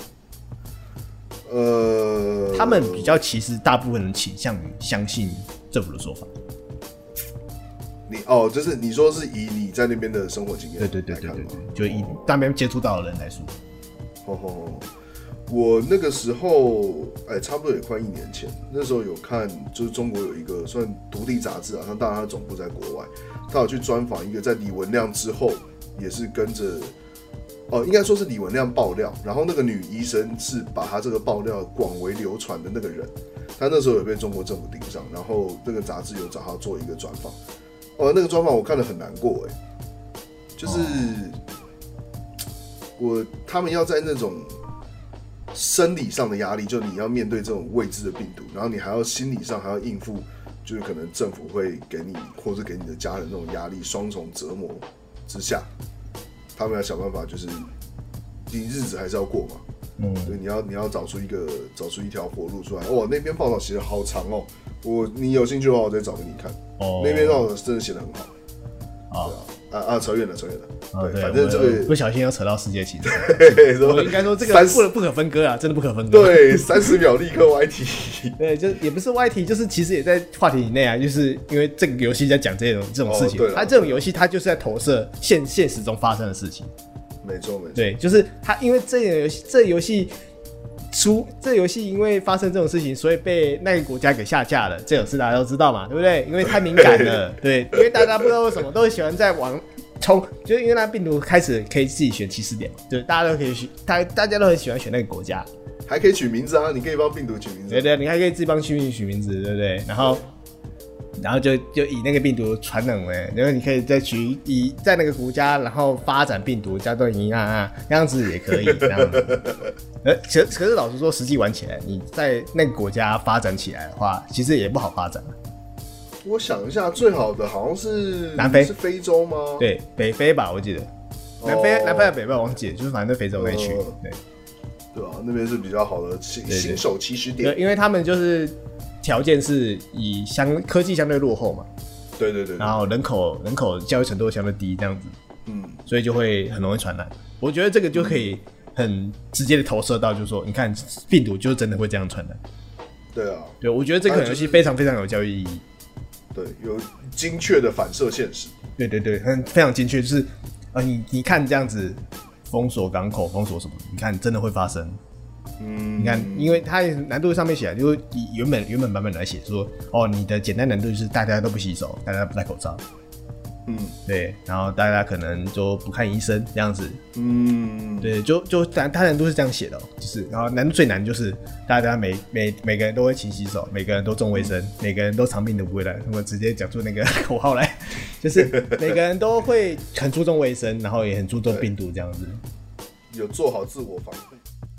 呃， 他们比较其实大部分人倾向于相信政府的说法。 你哦，就是你说是以你在那边的生活经验对对对来看吗？ 对对对，就以那边接触到的人来说。 哦哦，我那个时候，哎，差不多也快一年前，那时候有看，就是中国有一个算独立杂志啊，它当然它总部在国外，他有去专访一个在李文亮之后也是跟着，哦，应该说是李文亮爆料，然后那个女医生是把他这个爆料广为流传的那个人，他那时候有被中国政府盯上，然后这个杂志有找他做一个专访。哦，那个专访我看得很难过哎，就是、哦、我他们要在那种生理上的压力，就你要面对这种未知的病毒，然后你还要心理上还要应付，就是可能政府会给你或者给你的家人那种压力，双重折磨之下，他们要想办法，就是你日子还是要过嘛，嗯，对，你要你要找出一个找出一条活路出来。哦，那篇报道写得好长哦。我你有兴趣的话，我再找给你看。哦，那篇报道真的写得很好。哦、啊啊，扯远了，扯远了。 哦、 对，反正这个不小心要扯到世界情势。我应该说这个不不可分割啊，真的不可分割。 对，三十秒立刻歪题。 对，就也不是歪题，就是其实也在话题以内啊。就是因为这个游戏在讲这种这种事情，哦、它这种游戏它就是在投射现现实中发生的事情。 没错，没错。 对，就是它，因为这个游戏，这个游戏。出这游戏因为发生这种事情，所以被那个国家给下架了。这种事大家都知道嘛，对不对？因为太敏感了，对，因为大家不知道为什么都喜欢在往冲，就是因为那病毒开始可以自己选起始点嘛，就是大家都可以选，大大家都很喜欢选那个国家， 还可以取名字啊，你可以帮病毒取名字， 对对，你还可以自己帮病毒取名字，对不对？然后。然后就就以那个病毒传染为，然后你可以再取以在那个国家，然后发展病毒，加段营养啊，这样子也可以这样子。呃，可可是老实说，实际玩起来，你在那个国家发展起来的话，其实也不好发展。 我想一下，最好的好像是南非， 是非洲吗？ 对，北非吧，我记得。南非、哦、南非的北非我忘记了，就是反正非洲那区、呃，对。 对啊，那边是比较好的新新手起始点， 因为他们就是条件是以相科技相对落后嘛， 对对 对, 对， 然后人口人口教育程度相对低，这样子，嗯，所以就会很容易传染。我觉得这个就可以很直接的投射到，就是说，你看病毒就真的会这样传染。 对啊， 对，我觉得这款游戏非常非常有教育意义。 对，有精确的反射现实。 对对对，很非常精确，就是啊，你你看这样子。封锁港口，封锁什么？你看，真的会发生。嗯，你看，因为它难度上面写，就是以原本原本版本来写说，哦，你的简单难度就是大家都不洗手，大家不戴口罩。嗯，对，然后大家可能就不看医生这样子。嗯，对，就就它难度是这样写的、哦，就是，然后难度最难就是大家每每每个人都会勤洗手，每个人都重卫生，嗯、每个人都长病毒不会来，他们直接讲出那个口号来，就是每个人都会很注重卫生，然后也很注重病毒这样子， 有做好自我防护。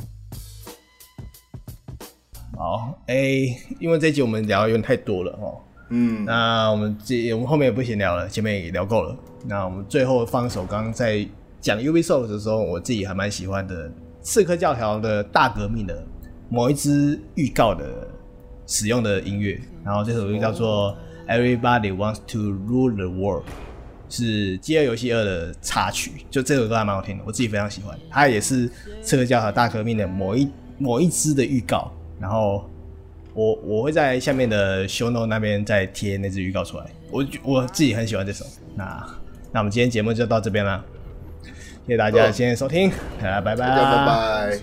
好，哎、欸，因为这一集我们聊的有点太多了哦。嗯，那我们这我们后面也不闲聊了，前面也聊够了。那我们最后放一首刚刚在讲 Ubisoft 的时候，我自己还蛮喜欢的《刺客教条》的大革命的某一支预告的使用的音乐，然后这首歌叫做 Everybody Wants to Rule the World， 是《饥饿游戏二》的插曲，就这首歌还蛮好听的，我自己非常喜欢。它也是《刺客教条》大革命的某一某一支的预告，然后。我我会在下面的 show note 那边再贴那支预告出来，我我自己很喜欢这首。那那我们今天节目就到这边啦，谢谢大家今天的收听，大家拜拜， 大家拜拜。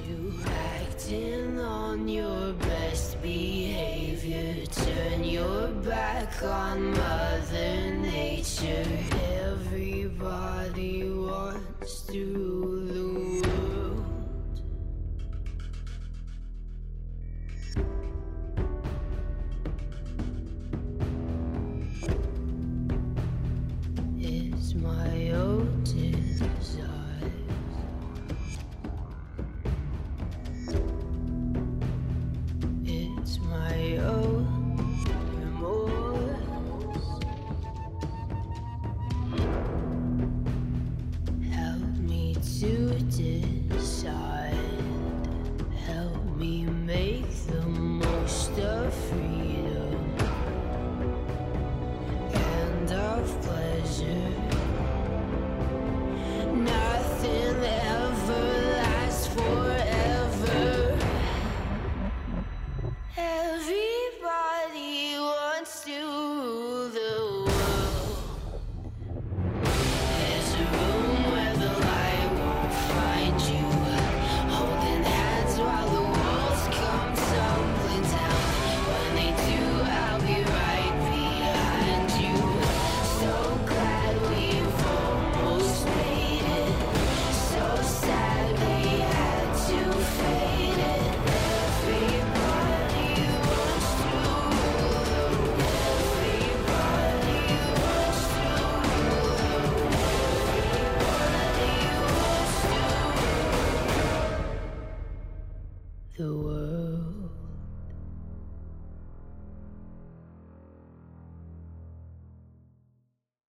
My own desires. It's my own remorse. Every